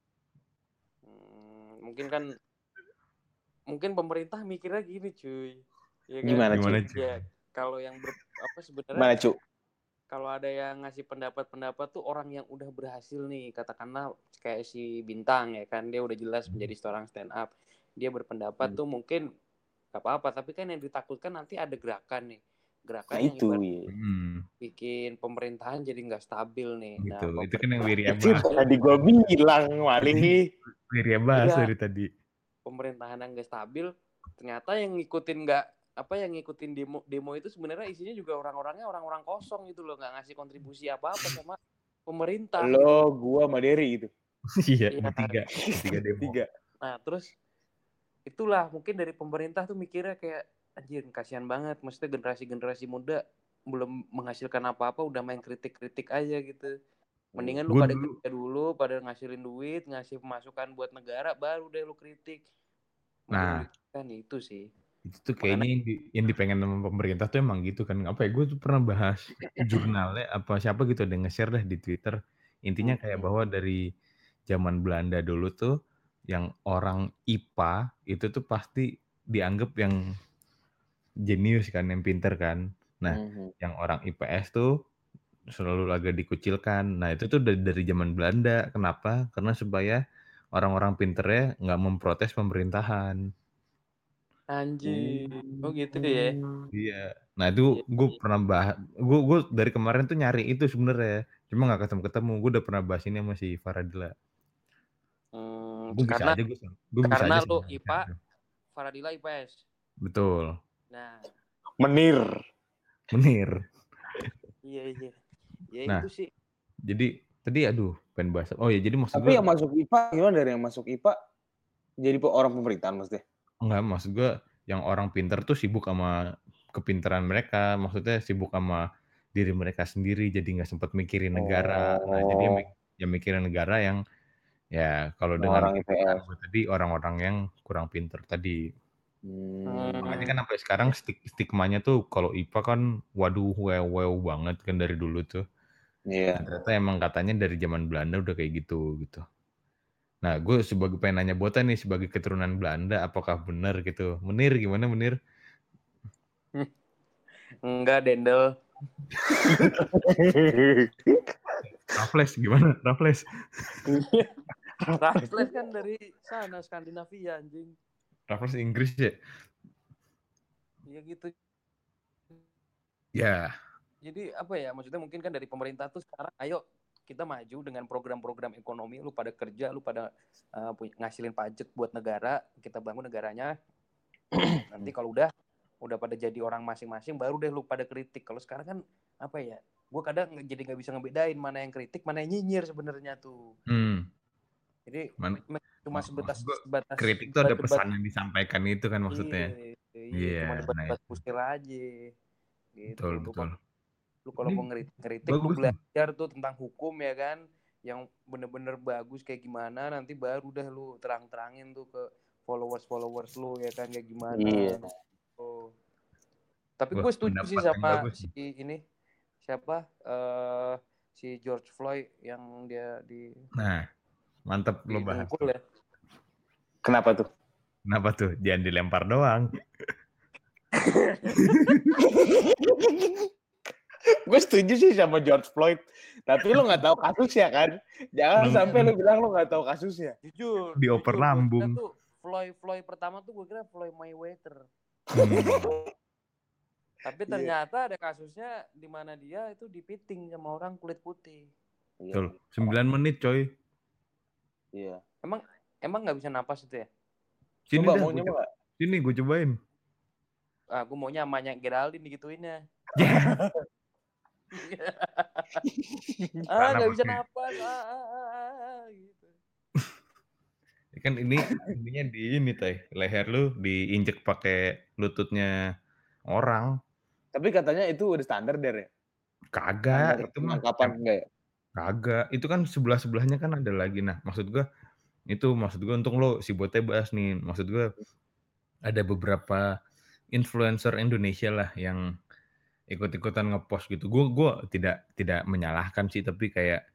Mungkin pemerintah mikirnya gini cuy. Ya kan? Gimana cuy? Ya, kalau yang sebenarnya Gimana cuy? kalau ada yang ngasih pendapat tuh orang yang udah berhasil nih, katakanlah kayak si Bintang ya kan, dia udah jelas menjadi seorang stand up. Dia berpendapat tuh mungkin gak apa-apa, tapi kan yang ditakutkan nanti ada gerakan nih. Gerakan yang itu bikin pemerintahan jadi nggak stabil nih. Gitu. Nah, itu kan yang Wirya bahas. Tadi gue bilang maling nih. Wirya bahas dari tadi. Pemerintahan yang nggak stabil, ternyata yang ngikutin demo itu sebenarnya isinya juga orang-orangnya orang-orang kosong gitu loh, nggak ngasih kontribusi apa-apa sama pemerintah. Lo, gua sama Derry gitu. Iya, bertiga demo. Nah, terus itulah mungkin dari pemerintah tuh mikirnya kayak anjir kasihan banget, maksudnya generasi muda belum menghasilkan apa-apa udah main kritik-kritik aja gitu. Mendingan lu pada kerja dulu, pada ngasilin duit, ngasih pemasukan buat negara, baru deh lu kritik. Nah, kan itu sih. Itu tuh kayaknya yang dipengen sama pemerintah tuh emang gitu kan. Apa ya, gue tuh pernah bahas jurnalnya apa siapa gitu ada nge-share deh di Twitter. Intinya kayak bahwa dari zaman Belanda dulu tuh yang orang IPA itu tuh pasti dianggap yang jenius kan, yang pinter kan. Nah, yang orang IPS tuh selalu agak dikucilkan. Nah, itu tuh dari zaman Belanda. Kenapa? Karena supaya orang-orang pinternya nggak memprotes pemerintahan. Anjir. Oh gitu ya. Iya. Nah, itu gue pernah bahas. Gue dari kemarin tuh nyari itu sebenarnya. Cuma nggak ketemu. Gue udah pernah bahas ini sama si Faradila. Gue bisa aja karena lu IPA, Faradila IPS. Betul. Nah. Menir. Iya. Ya nah, itu sih. Jadi tadi pengen bahas. Oh ya, jadi maksud gue. Tapi yang masuk IPA gimana dari yang masuk IPA jadi orang pemerintahan maksudnya? Enggak, maksud gue yang orang pinter tuh sibuk sama kepintaran mereka. Maksudnya sibuk sama diri mereka sendiri. Jadi nggak sempat mikirin negara. Nah, jadi yang mikirin negara yang ya kalau dengan orang IPS tadi orang-orang yang kurang pinter tadi. Makanya kan sampai sekarang stigmanya tuh kalau IPA kan waduh wow banget kan dari dulu tuh. Iya. Ternyata emang katanya dari zaman Belanda udah kayak gitu. Nah, gue pengen nanya Bota nih sebagai keturunan Belanda, apakah benar gitu? Menir gimana Menir? Enggak, Dendel. Raffles gimana? Raffles? Raffles kan dari sana Skandinavia anjing. Raffles Inggris ya? Iya gitu. Ya. Jadi apa ya, maksudnya mungkin kan dari pemerintah tuh sekarang ayo kita maju dengan program-program ekonomi, lu pada kerja, lu pada ngasilin pajak buat negara, kita bangun negaranya. Nanti kalau udah pada jadi orang masing-masing, baru deh lu pada kritik. Kalau sekarang kan apa ya, gue kadang jadi nggak bisa ngebedain mana yang kritik, mana yang nyinyir sebenarnya tuh. Jadi cuma sebatas kritik tuh ada pesan yang disampaikan itu kan maksudnya. Iya, cuma debat kusir aja gitu. Betul. Lu kalau mau ngeritik lu belajar tuh tentang hukum ya kan, yang bener-bener bagus kayak gimana, nanti baru deh lu terang-terangin tuh ke followers lu ya kan kayak gimana. Iya. Oh. Tapi gue setuju sih sama si ini siapa si George Floyd yang dia di. Nah, mantep lo bahas. Ya. Kenapa tuh? Jangan dilempar doang. Gue setuju sih sama George Floyd, tapi lu nggak tahu kasusnya kan? Jangan sampai lu bilang lu nggak tahu kasusnya. Jujur. Dioper lambung. Floyd pertama tuh gue kira Floyd Mayweather. Tapi ternyata ada kasusnya di mana dia itu dipiting sama orang kulit putih. Betul. 9 menit coy. Iya. Emang nggak bisa napas itu ya? Sini coba mau nyoba nggak? Sini gue cobain. Gue maunya amanya Geraldine digituinnya. Nggak bisa napas. Gitu. Kan ininya di ini leher lu diinjek pakai lututnya orang. Tapi katanya itu udah standar ya? Kagak, itu mah kapan enggak ya? Kagak, itu kan sebelahnya kan ada lagi. Nah, maksud gue untung lo si Bote bahas nih. Maksud gue ada beberapa influencer Indonesia lah yang ikut-ikutan ngepost gitu. Gue tidak menyalahkan sih, tapi kayak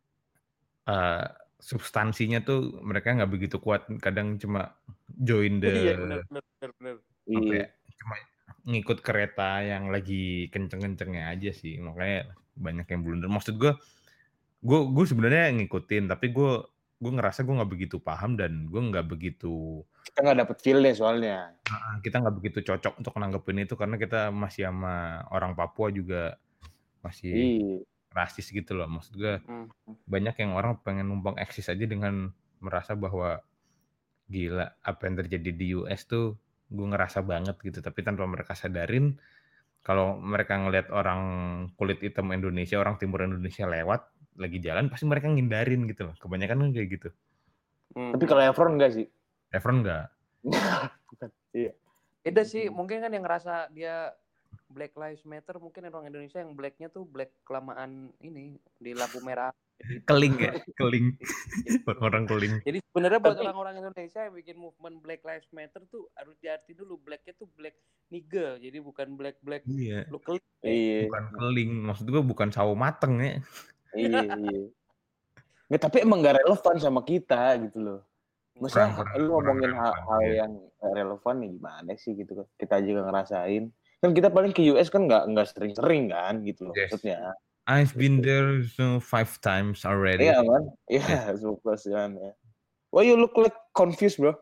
substansinya tuh mereka nggak begitu kuat. Kadang cuma join Iya, benar. Apa ya, cuma ngikut kereta yang lagi kenceng-kencengnya aja sih. Makanya banyak yang blunder. Maksud gue sebenarnya ngikutin, tapi gue ngerasa gue nggak begitu paham dan gue nggak begitu. Kita nggak dapet feel-nya soalnya. Kita nggak begitu cocok untuk nanggepin itu karena kita masih sama orang Papua juga masih rasis gitu loh. Maksud gue banyak yang orang pengen numpang eksis aja dengan merasa bahwa gila apa yang terjadi di US tuh gue ngerasa banget gitu. Tapi tanpa mereka sadarin kalau mereka ngelihat orang kulit hitam Indonesia, orang timur Indonesia lewat lagi jalan pasti mereka ngindarin gitu loh. Kebanyakan kan kayak gitu. Tapi kalau Efron enggak sih? Efron enggak. Iya. Beda sih, mungkin kan yang ngerasa dia Black Lives Matter, mungkin orang Indonesia yang blacknya tuh black kelamaan ini di lampu merah. Keling ya, keling. Orang keling. Jadi sebenarnya buat orang-orang Indonesia yang bikin movement Black Lives Matter tuh harus diarti dulu blacknya tuh black nigga, jadi bukan black iya. Lu keling. Iya. Bukan keling, maksud gue bukan sawo mateng ya. Iya. Nggak, tapi emang nggak relevan sama kita gitu loh. Masa lu ngomongin hal yang relevan nih gimana sih gitu kan? Kita juga ngerasain. Kan kita paling ke US kan nggak sering-sering kan gitu loh maksudnya. I've been there 5 times already. Iya kan? Iya, super kan ya. Why you look like confused, bro?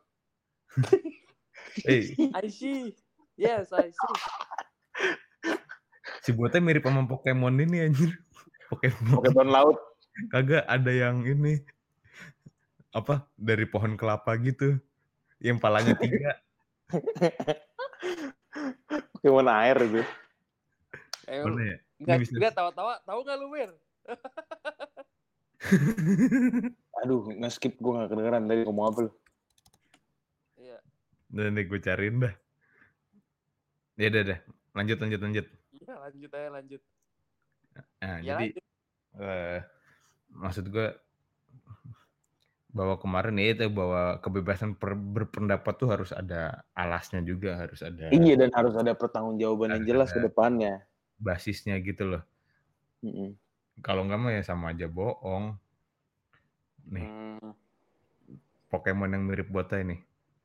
Hey. I see. Yes, I see. Si Bote mirip sama Pokemon ini anjir. Pokemon laut. Kagak ada yang ini. Apa? Dari pohon kelapa gitu. Yang palanya 3. Pokemon air itu. Mana ya? Enggak tahu nggak lu, Wir? Aduh, nge-skip gue nggak kedengeran tadi ngomong apa lu. Iya. Udah nih gue cariin dah. Ya udah. Lanjut. Iya, lanjut. Nah, jadi maksud gue bahwa kemarin itu bahwa kebebasan berpendapat tuh harus ada alasnya juga, harus ada. Iya, dan harus ada pertanggungjawaban yang jelas ke depannya. Basisnya gitu loh. Kalau nggak mah ya sama aja bohong. Nih, Pokemon yang mirip botai nih.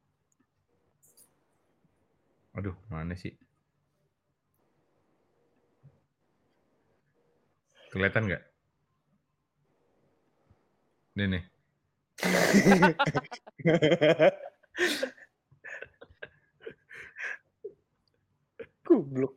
Aduh, mana sih? Kelihatan nggak? Ini nih. Goblok.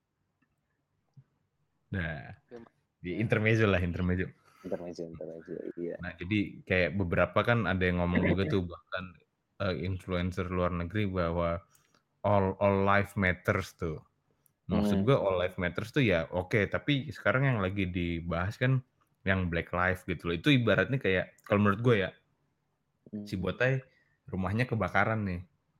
Nah, di intermezzo lah, intermezzo. Intermezzo, iya. Nah, jadi kayak beberapa kan ada yang ngomong juga tuh, bahkan influencer luar negeri bahwa all life matters tuh. Maksud gue all life matters tuh ya oke, tapi sekarang yang lagi dibahas kan yang black life gitu loh. Itu ibaratnya kayak, kalau menurut gue ya, si botai rumahnya kebakaran nih.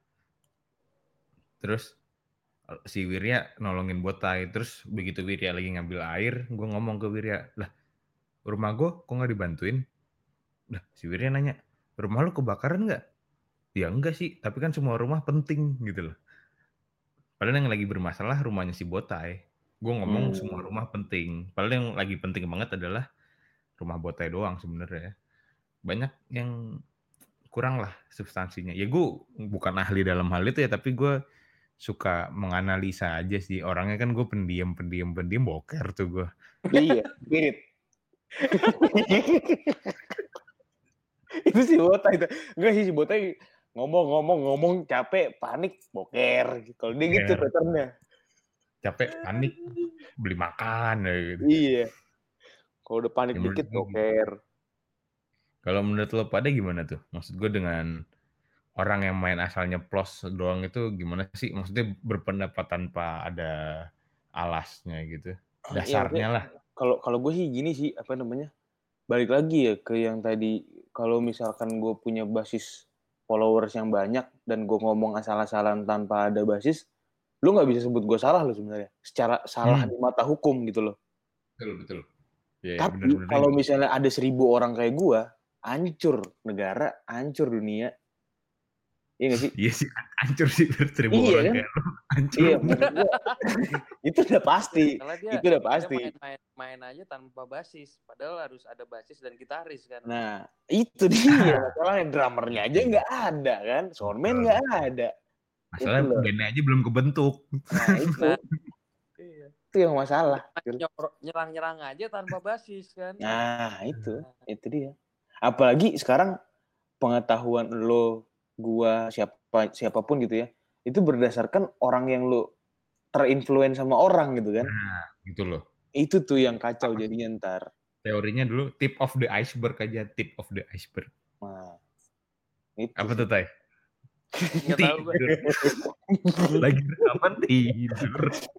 Terus si Wirya nolongin botai. Terus begitu Wirya lagi ngambil air, gue ngomong ke Wirya, lah rumah gue kok nggak dibantuin? Lah si Wirya nanya, rumah lu kebakaran nggak? Ya enggak sih, tapi kan semua rumah penting gitu loh. Padahal yang lagi bermasalah rumahnya si botai. Gue ngomong semua rumah penting. Padahal yang lagi penting banget adalah rumah botai doang sebenarnya. Banyak yang kurang lah substansinya. Ya gue bukan ahli dalam hal itu ya, tapi gue suka menganalisa aja sih. Orangnya kan gue pendiam boker tuh gue. Iya, spirit. Itu si botai itu. Enggak sih, si botai ngomong capek, panik, boker. Kalau dia gitu patternnya. Capek, panik, beli makan gitu. Iya. Kalau udah panik Ya, dikit, boker. Kalau menurut lo pada gimana tuh? Maksud gue dengan orang yang main asalnya plus doang itu gimana sih? Maksudnya berpendapat tanpa ada alasnya gitu. Iya, Dasarnya maksudnya lah. kalau gue sih gini sih, apa namanya? Balik lagi ya ke yang tadi, kalau misalkan gue punya basis followers yang banyak dan gue ngomong asal-asalan tanpa ada basis, lu nggak bisa sebut gue salah lo sebenarnya. Secara salah di mata hukum gitu loh. Betul. Ya, Tapi bener-bener kalau gitu. misalnya ada 1.000 orang kayak gue, hancur negara, hancur dunia. Iya gak sih? Iya sih, hancur sih 1.000 Iya orang kan? kayak lo. Hancur. Iya, maksud gue itu udah pasti. Soalnya Itu udah dia pasti. main aja tanpa basis, padahal harus ada basis dan gitaris kan. Nah, itu dia. Masalahnya drummernya aja nggak ada kan, soundman nggak ada. Masalahnya bandnya aja belum kebentuk. Nah, itu. Iya. Itu yang masalah. Nyerang-nyerang aja tanpa basis kan. Nah, itu dia. Apalagi sekarang pengetahuan lo, gua, siapapun gitu ya, itu berdasarkan orang yang lo terinfluence sama orang gitu kan. Nah, gitu loh. Itu tuh yang kacau jadinya ntar. Teorinya dulu tip of the iceberg aja, tip of the iceberg. Nah, itu Apa sih. tuh, Tai? Nggak tahu gue. Lagi rekaman tidur.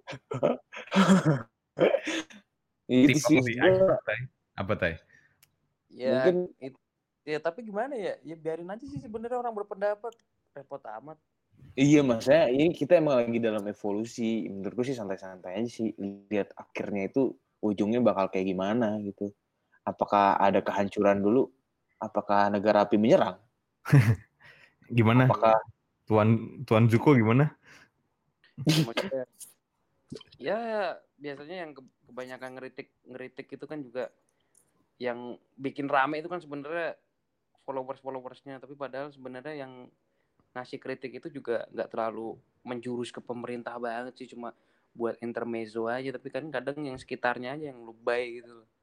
Itu Tip sih. of the iceberg, Tai. Apa, Tai? Ya, Mungkin ya tapi gimana ya? Ya biarin aja sih sebenarnya orang berpendapat. Repot amat. iya, maksudnya ini kita emang lagi dalam evolusi. Menurutku sih santai-santai aja sih. Lihat akhirnya itu ujungnya bakal kayak gimana gitu. Apakah ada kehancuran dulu? Apakah negara api menyerang? Gimana? Apakah Tuan Zuko gimana? Maksudnya, ya biasanya yang kebanyakan ngeritik itu kan juga yang bikin rame itu kan sebenarnya followersnya, tapi padahal sebenarnya yang ngasih kritik itu juga nggak terlalu menjurus ke pemerintah banget sih, cuma buat intermezzo aja, tapi kan kadang yang sekitarnya aja yang lebay gitu loh.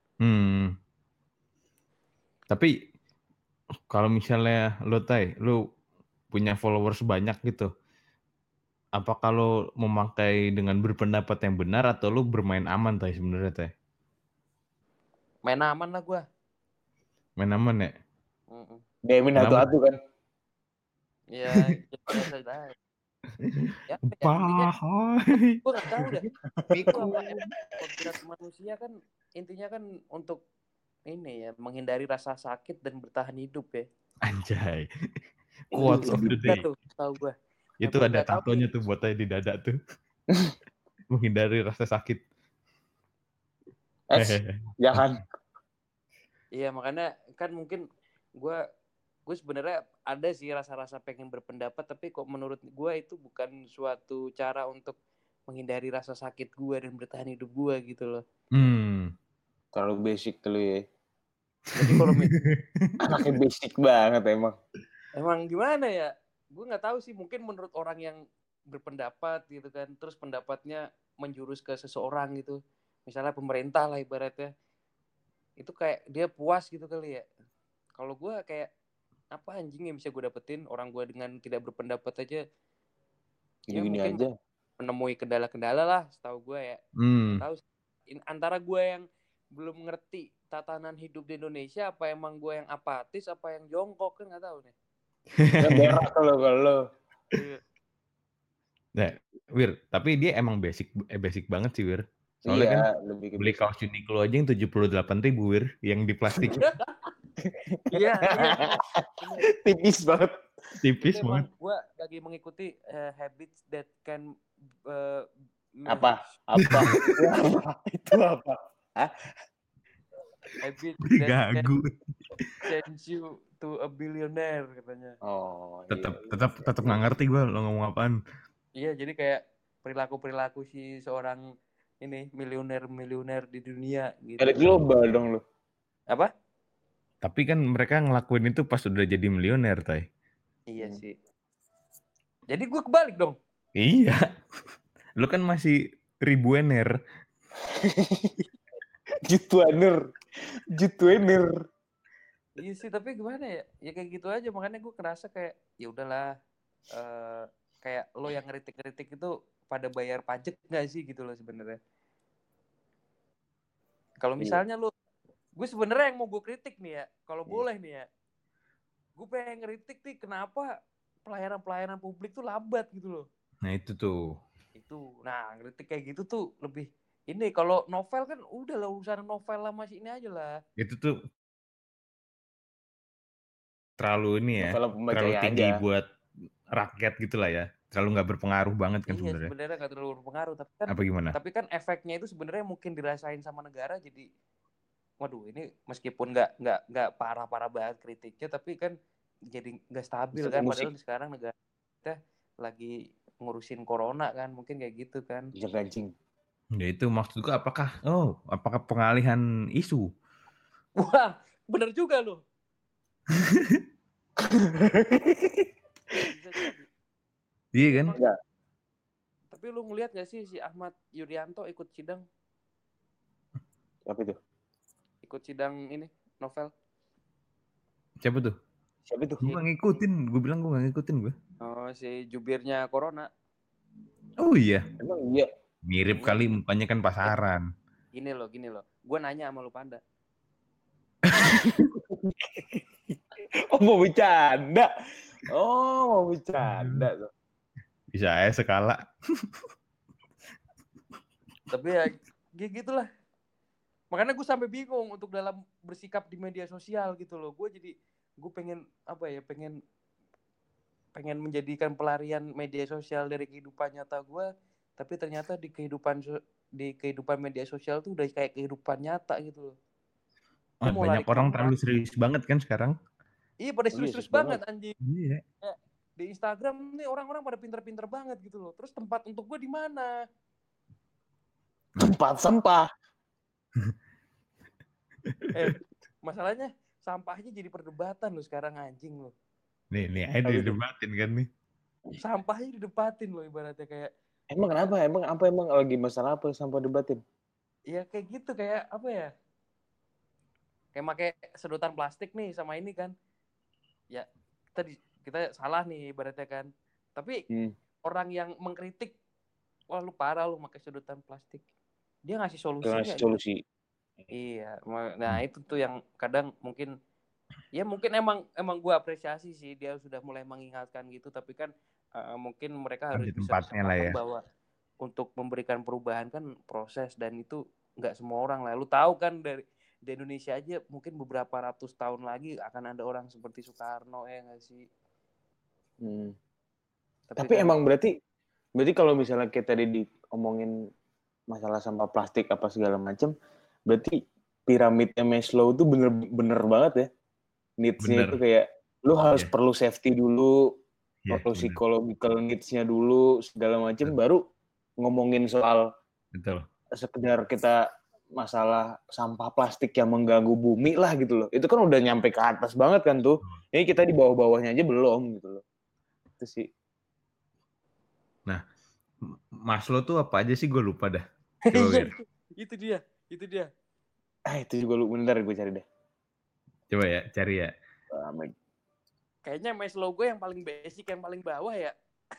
Tapi kalau misalnya lo, Tai, lo punya followers banyak gitu, apa kalau memakai dengan berpendapat yang benar atau lo bermain aman, Tai, sebenarnya, Tai? Main aman lah gue. Main aman ya? Demin atu-atu kan? Ya biasa lah. Ya, intinya gue nggak tahu deh. Itu apa ya? Kodrat manusia kan intinya kan untuk ini ya, menghindari rasa sakit dan bertahan hidup ya. Anjay. Quotes of the day. Tuh, tahu gue. Itu ada tatonya tuh buat Tai di dada tuh. Menghindari rasa sakit. Jangan. Iya, makanya kan mungkin gue sebenarnya ada sih rasa-rasa pengen berpendapat, tapi kok menurut gue itu bukan suatu cara untuk menghindari rasa sakit gue dan bertahan hidup gue gitu loh. Terlalu basic dulu ya. Jadi kalau anaknya basic banget emang. Emang gimana ya? Gue nggak tahu sih. Mungkin menurut orang yang berpendapat gitu kan, terus pendapatnya menjurus ke seseorang gitu. Misalnya pemerintah lah ibaratnya. Itu kayak dia puas gitu kali ya. Kalau gue kayak apa anjing yang bisa gue dapetin orang gue dengan tidak berpendapat aja. Gini-gini mungkin aja. Menemui kendala-kendala lah, setahu gue ya. Nggak tahu. Antara gue yang belum ngerti tatanan hidup di Indonesia, apa emang gue yang apatis, apa yang jongkok kan nggak tahu nih. Ya berak kalau. Nah, Wir, tapi dia emang basic banget sih, Wir. Soalnya iya, kan lebih ke beli basic. kaos Uniqlo aja yang 78.000, Wir, yang di plastik. Iya. Tipis banget. Tipis banget. Gue lagi mengikuti habits that can apa? Itu apa? Hah? Habits that can change you to a billionaire katanya. Oh, tetap nggak ngerti gue lo ngomong apaan. Iya, jadi kayak perilaku si seorang ini miliuner di dunia gitu. Elit global dong lu. Apa? Tapi kan mereka ngelakuin itu pas udah jadi milioner, Tay. Iya sih. Jadi gue kebalik dong. Iya. Lu kan masih ribuaner. Jutuaner. Iya sih, tapi gimana ya? Ya kayak gitu aja, makanya gue kerasa kayak ya udahlah, kayak lo yang ngeritik-ngeritik itu pada bayar pajak nggak sih gitu loh sebenarnya. Kalau misalnya lo, gue sebenarnya yang mau gue kritik nih ya, kalau boleh nih ya, gue pengen ngeritik nih kenapa pelayanan publik tuh lambat gitu loh. Nah itu tuh. Nah ngeritik kayak gitu tuh lebih ini. Kalau novel kan udah lah, urusan novel lah masih ini aja lah. Itu tuh terlalu ini ya, terlalu tinggi aja buat rakyat gitu lah ya. Terlalu nggak berpengaruh banget kan Iya, sebenarnya. sebenarnya nggak terlalu berpengaruh, Apa gimana? Tapi kan efeknya itu sebenarnya mungkin dirasain sama negara. Jadi, waduh, ini meskipun nggak parah-parah banget kritiknya, tapi kan jadi nggak stabil kan. Padahal sekarang negara kita lagi ngurusin corona kan, mungkin kayak gitu kan. Iya gancing. Ya itu maksudku apakah pengalihan isu? Wah, bener juga loh. Iya kan? Enggak. Tapi lu ngeliat gak sih si Ahmad Yuryanto ikut sidang? Apa itu? Ikut sidang ini, novel. Siapa tuh? Gue gak ngikutin. Gue bilang gue gak ngikutin gue. Oh, si jubirnya Corona. Oh iya? Emang iya? Mirip kali mukanya kan pasaran. Gini loh. Gue nanya sama lu Panda. Oh mau bercanda tuh. Bisa aja skala. Tapi ya gitulah. Makanya gue sampai bingung untuk dalam bersikap di media sosial gitu loh. Gue pengen pengen menjadikan pelarian media sosial dari kehidupan nyata gue, tapi ternyata di kehidupan media sosial tuh udah kayak kehidupan nyata gitu loh. Banyak orang terlalu serius banget kan sekarang. Iya, pada serius banget anjing. Iya. Di Instagram nih orang-orang pada pinter-pinter banget gitu loh. Terus tempat untuk gue di mana? Tempat sampah. Masalahnya sampahnya jadi perdebatan loh sekarang anjing loh. Nih ada didebatin kan nih. Sampahnya didebatin loh ibaratnya kayak. Emang kenapa? Emang lagi masalah apa sampah debatin? Ya kayak gitu, kayak apa ya? Kayak pakai sedotan plastik nih sama ini kan. Ya kita salah nih ibaratnya kan. Tapi orang yang mengkritik, wah lu parah lu pakai sedotan plastik. Dia ngasih solusinya. Solusi. Iya, nah itu tuh yang kadang mungkin emang gue apresiasi sih dia sudah mulai mengingatkan gitu, tapi kan mungkin mereka harus bisa paham bahwa untuk memberikan perubahan kan proses, dan itu nggak semua orang lah. Lu tahu kan di Indonesia aja mungkin beberapa ratus tahun lagi akan ada orang seperti Soekarno ya nggak sih? Tapi kan, emang berarti kalau misalnya kita tadi diomongin masalah sampah plastik apa segala macam, berarti piramidnya Maslow itu bener banget ya. Needs-nya itu kayak lu harus perlu safety dulu, perlu psychological needs-nya dulu segala macam, baru ngomongin soal sekedar kita masalah sampah plastik yang mengganggu bumi lah gitu loh. Itu kan udah nyampe ke atas banget kan tuh. Ini kita di bawah-bawahnya aja belum gitu loh. Itu sih. Nah, Maslow tuh apa aja sih, gue lupa dah. Coba Wir. Itu dia. Itu juga lu bentar gue cari deh. Coba ya, cari ya. Kayaknya Maslow gue yang paling basic, yang paling bawah ya.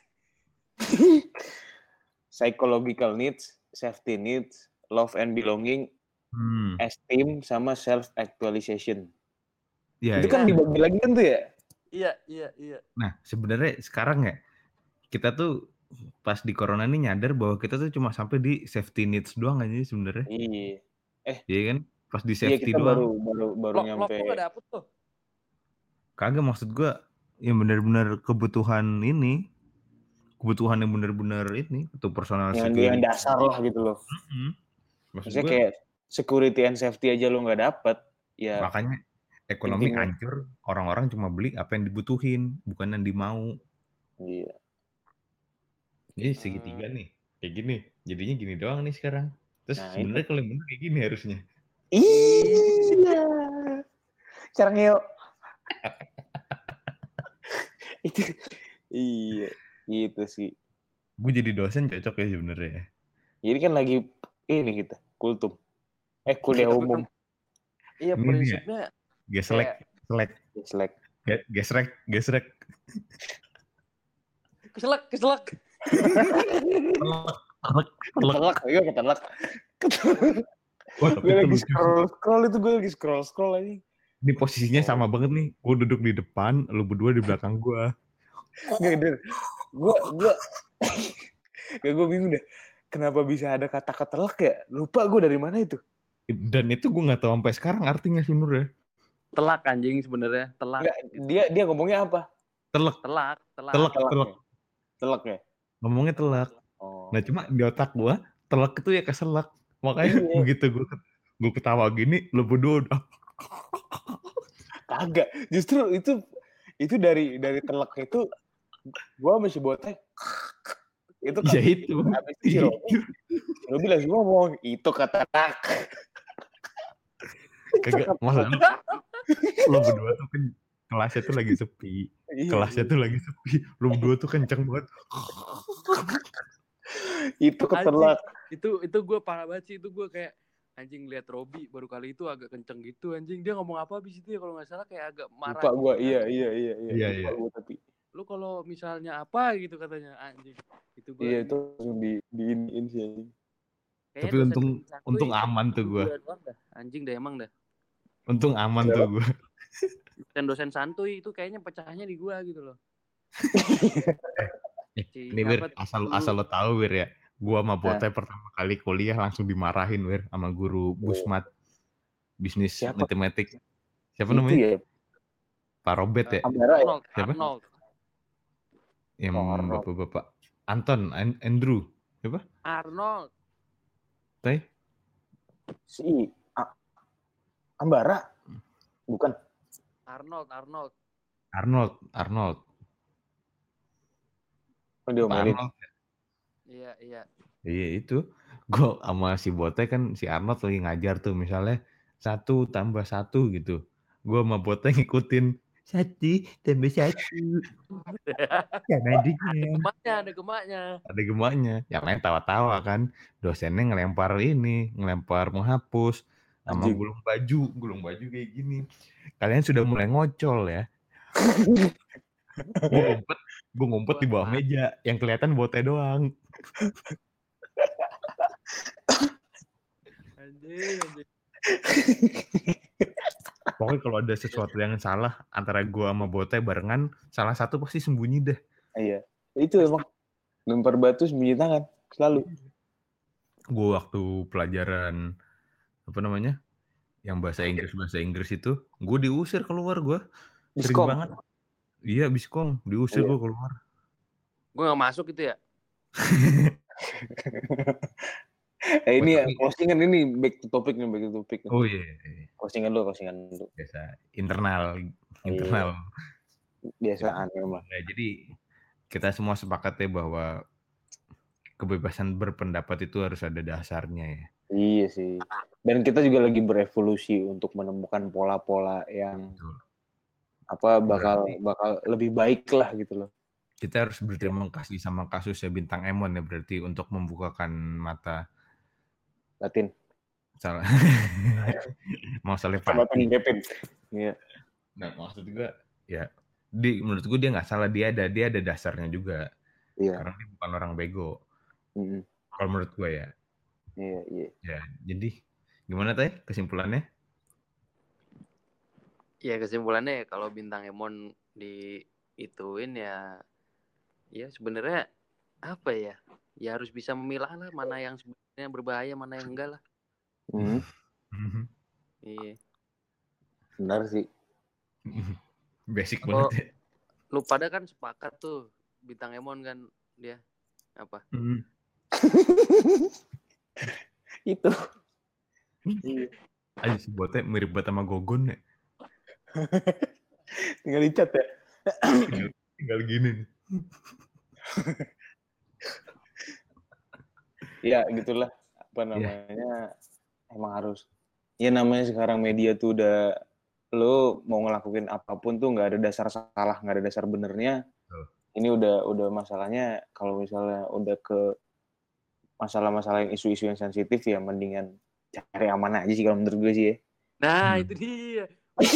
Psychological needs, safety needs, love and belonging, esteem, sama self-actualization. Ya, itu kan dibagi lagi kan tuh ya? Iya. Nah, sebenarnya sekarang ya, kita tuh pas di corona ini nyadar bahwa kita tuh cuma sampai di safety needs doang aja sebenarnya. Iya. Iya kan? Pas di safety kita doang. baru nyampe. Lo gak dapet tuh? Kagak, maksud gue yang benar-benar kebutuhan ini. Kebutuhan yang benar-benar ini untuk personal security. Yang dasar lah gitu loh. Maksudnya kayak security and safety aja lo nggak dapet. Ya. Makanya ekonomi hancur, orang-orang cuma beli apa yang dibutuhin, bukan yang dimau. Iya. Jadi segitiga nih, kayak gini. Jadinya gini doang nih sekarang. Terus sebenarnya kalau yang bener kayak gini harusnya. Iya. Cara ngeo. Itu. Iya. Gitu sih. Gue jadi dosen cocok ya sebenarnya. Jadi kan lagi ini kita kultum. Kuliah umum. Iya, prinsipnya Gesrek. Keselak. Ketelak. Gue lagi scroll aja. Ini posisinya sama banget nih. Gue duduk di depan, lu berdua di belakang gue. Gue bingung deh. Kenapa bisa ada kata ketelak ya? Lupa gue dari mana itu. Dan itu gue nggak tahu sampai sekarang artinya sebenarnya. Telak anjing sebenarnya. Telak. Nggak, dia ngomongnya apa? Telak ya. Ngomongnya telak. Nah cuma di otak gue telak itu ya keselak. Makanya begitu gue ketawa gini, lu berdua udah. Kagak. Justru itu dari telak itu gue masih botek. Itu kan. Ya itu. Habis itu Robi langsung ngomong itu kata tak. Kagak, maksudnya lo berdua tuh kan kelasnya tuh lagi sepi. Lo berdua tuh kenceng banget. Itu ketelak. Itu gue parah banget sih. Itu gue kayak anjing lihat Robi baru kali itu agak kenceng gitu anjing. Dia ngomong apa abis itu ya kalau nggak salah kayak agak marah. Lupa gue, iya. Iya. Tapi lu kalau misalnya apa gitu katanya anjing. Itu gue. Iya itu langsung diiniin sih anjing. Tapi untung aman tuh gue. Anjing dah emang dah. Untung aman tuh gue. Dosen santuy itu kayaknya pecahnya di gue gitu loh. Ini Wir, asal lo tahu Wir ya. Gua sama Botai pertama kali kuliah langsung dimarahin Wir sama guru Busmat bisnis matematik. Siapa namanya? Ya? Pak Robert ya? Arnold. Yang bapak-bapak. Anton, Andrew. Siapa? Arnold. Si Ambara. Bukan. Arnold. Oh, diomelin. Iya. Iya itu. Gue sama si Botai kan si Arnold lagi ngajar tuh misalnya 1 tambah 1 gitu. Gue sama Botai ngikutin 1 tambah 1. Ada gemaknya. Yang lain tawa-tawa kan. Dosennya ngelempar menghapus. Sama gulung baju kayak gini. Kalian sudah mulai ngocol ya. Gue ngumpet di bawah meja. Yang kelihatan Botai doang. Anjing. Pokoknya kalau ada sesuatu yang salah antara gue sama Botai barengan, salah satu pasti sembunyi deh. Iya. Itu emang lempar batu sembunyi tangan selalu. Gue waktu pelajaran yang bahasa Inggris itu, gue diusir keluar gue. Sering banget. Iya, biskong diusir gue keluar. Gue nggak masuk itu ya. Ini closingan ini back to topic. Oh iya. Closingan dulu. Biasa internal. Biasaan memang. Nah, jadi kita semua sepakat ya bahwa kebebasan berpendapat itu harus ada dasarnya ya. Iya sih. Dan kita juga lagi berevolusi untuk menemukan pola-pola yang bakal lebih baik lah gitu loh. Kita harus berterima kasih sama kasusnya Bintang Emon ya berarti untuk membukakan mata. Latin. Salah. Mau salah Sama Pati. Kevin. Iya. Nah, maksud gue ya menurut gue dia nggak salah, dia ada dasarnya juga. Iya. Karena dia bukan orang bego. Mm-mm. Kalau menurut gue ya. Iya. Ya, jadi gimana teh kesimpulannya? Ya kesimpulannya kalau Bintang Emon diituin ya sebenarnya apa ya? Ya harus bisa memilah lah mana yang sebenarnya berbahaya, mana yang enggak lah. Iya. Benar sih. Basic Kalau banget ya. lu pada kan sepakat tuh Bintang Emon kan dia apa? Itu. Ayo si botnya mirip banget sama Gogon ya. Tinggal dicat ya. tinggal gini nih. Ya gitulah apa namanya. Emang harus. Ya namanya sekarang media tuh udah lo mau ngelakuin apapun tuh nggak ada dasar salah, nggak ada dasar benernya. Ini udah masalahnya kalau misalnya udah ke masalah-masalah yang isu-isu yang sensitif ya mendingan cari aman aja sih kalau menurut gue sih ya. Nah itu dia.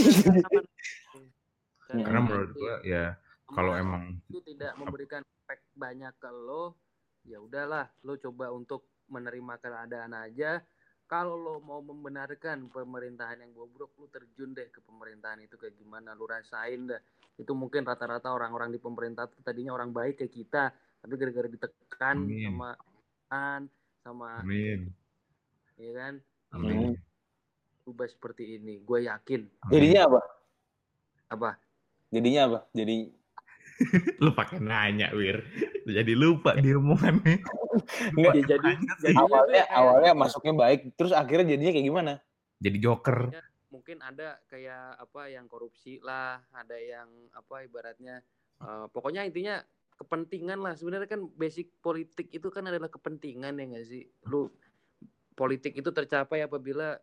Karena menurut gue ya kalau emang itu tidak memberikan efek banyak ke lo, ya udahlah lo coba untuk menerima keadaan aja. Kalau lo mau membenarkan pemerintahan yang bobrok, lo terjun deh ke pemerintahan itu kayak gimana, lo rasain dah. Itu mungkin rata-rata orang-orang di pemerintah itu tadinya orang baik kayak kita, tapi gara-gara ditekan sama ya kan, berubah seperti ini. Gue yakin. Jadinya apa? Apa? Jadinya apa? Jadi lu pakai nanya, Wir. Jadi lupa dia omongannya. Enggak, jadi awalnya masuknya baik, terus akhirnya jadinya kayak gimana? Jadi joker. Ya, mungkin ada kayak apa yang korupsi lah, ada yang apa ibaratnya pokoknya intinya kepentingan lah. Sebenarnya kan basic politik itu kan adalah kepentingan ya nggak sih? Lu politik itu tercapai apabila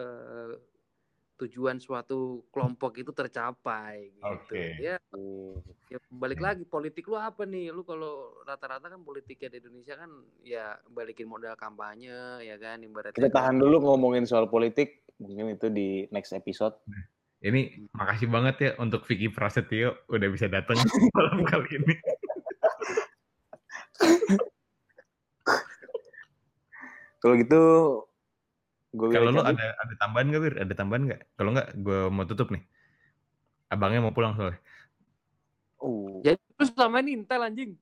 tujuan suatu kelompok itu tercapai gitu. Ya balik lagi politik lu apa nih? Lu kalau rata-rata kan politiknya di Indonesia kan ya balikin modal kampanye ya kan ibaratnya. Kita tahan dulu ngomongin soal politik, mungkin itu di next episode. Ini makasih banget ya untuk Vicky Prasetyo udah bisa datang malam kali ini. Kalau gitu kalau lu ada tambahan nggak, Wir? Ada tambahan nggak? Kalau nggak, gue mau tutup nih. Abangnya mau pulang soalnya. Jadi terus selama ini Intel anjing.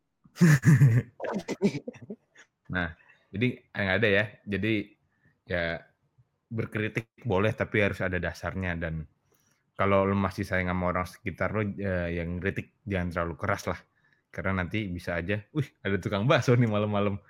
Nah, jadi nggak ada ya. Jadi ya berkritik boleh, tapi harus ada dasarnya. Dan kalau lu masih sayang sama orang sekitar lu, yang kritik jangan terlalu keras lah. Karena nanti bisa aja, ada tukang bakso nih malam-malam.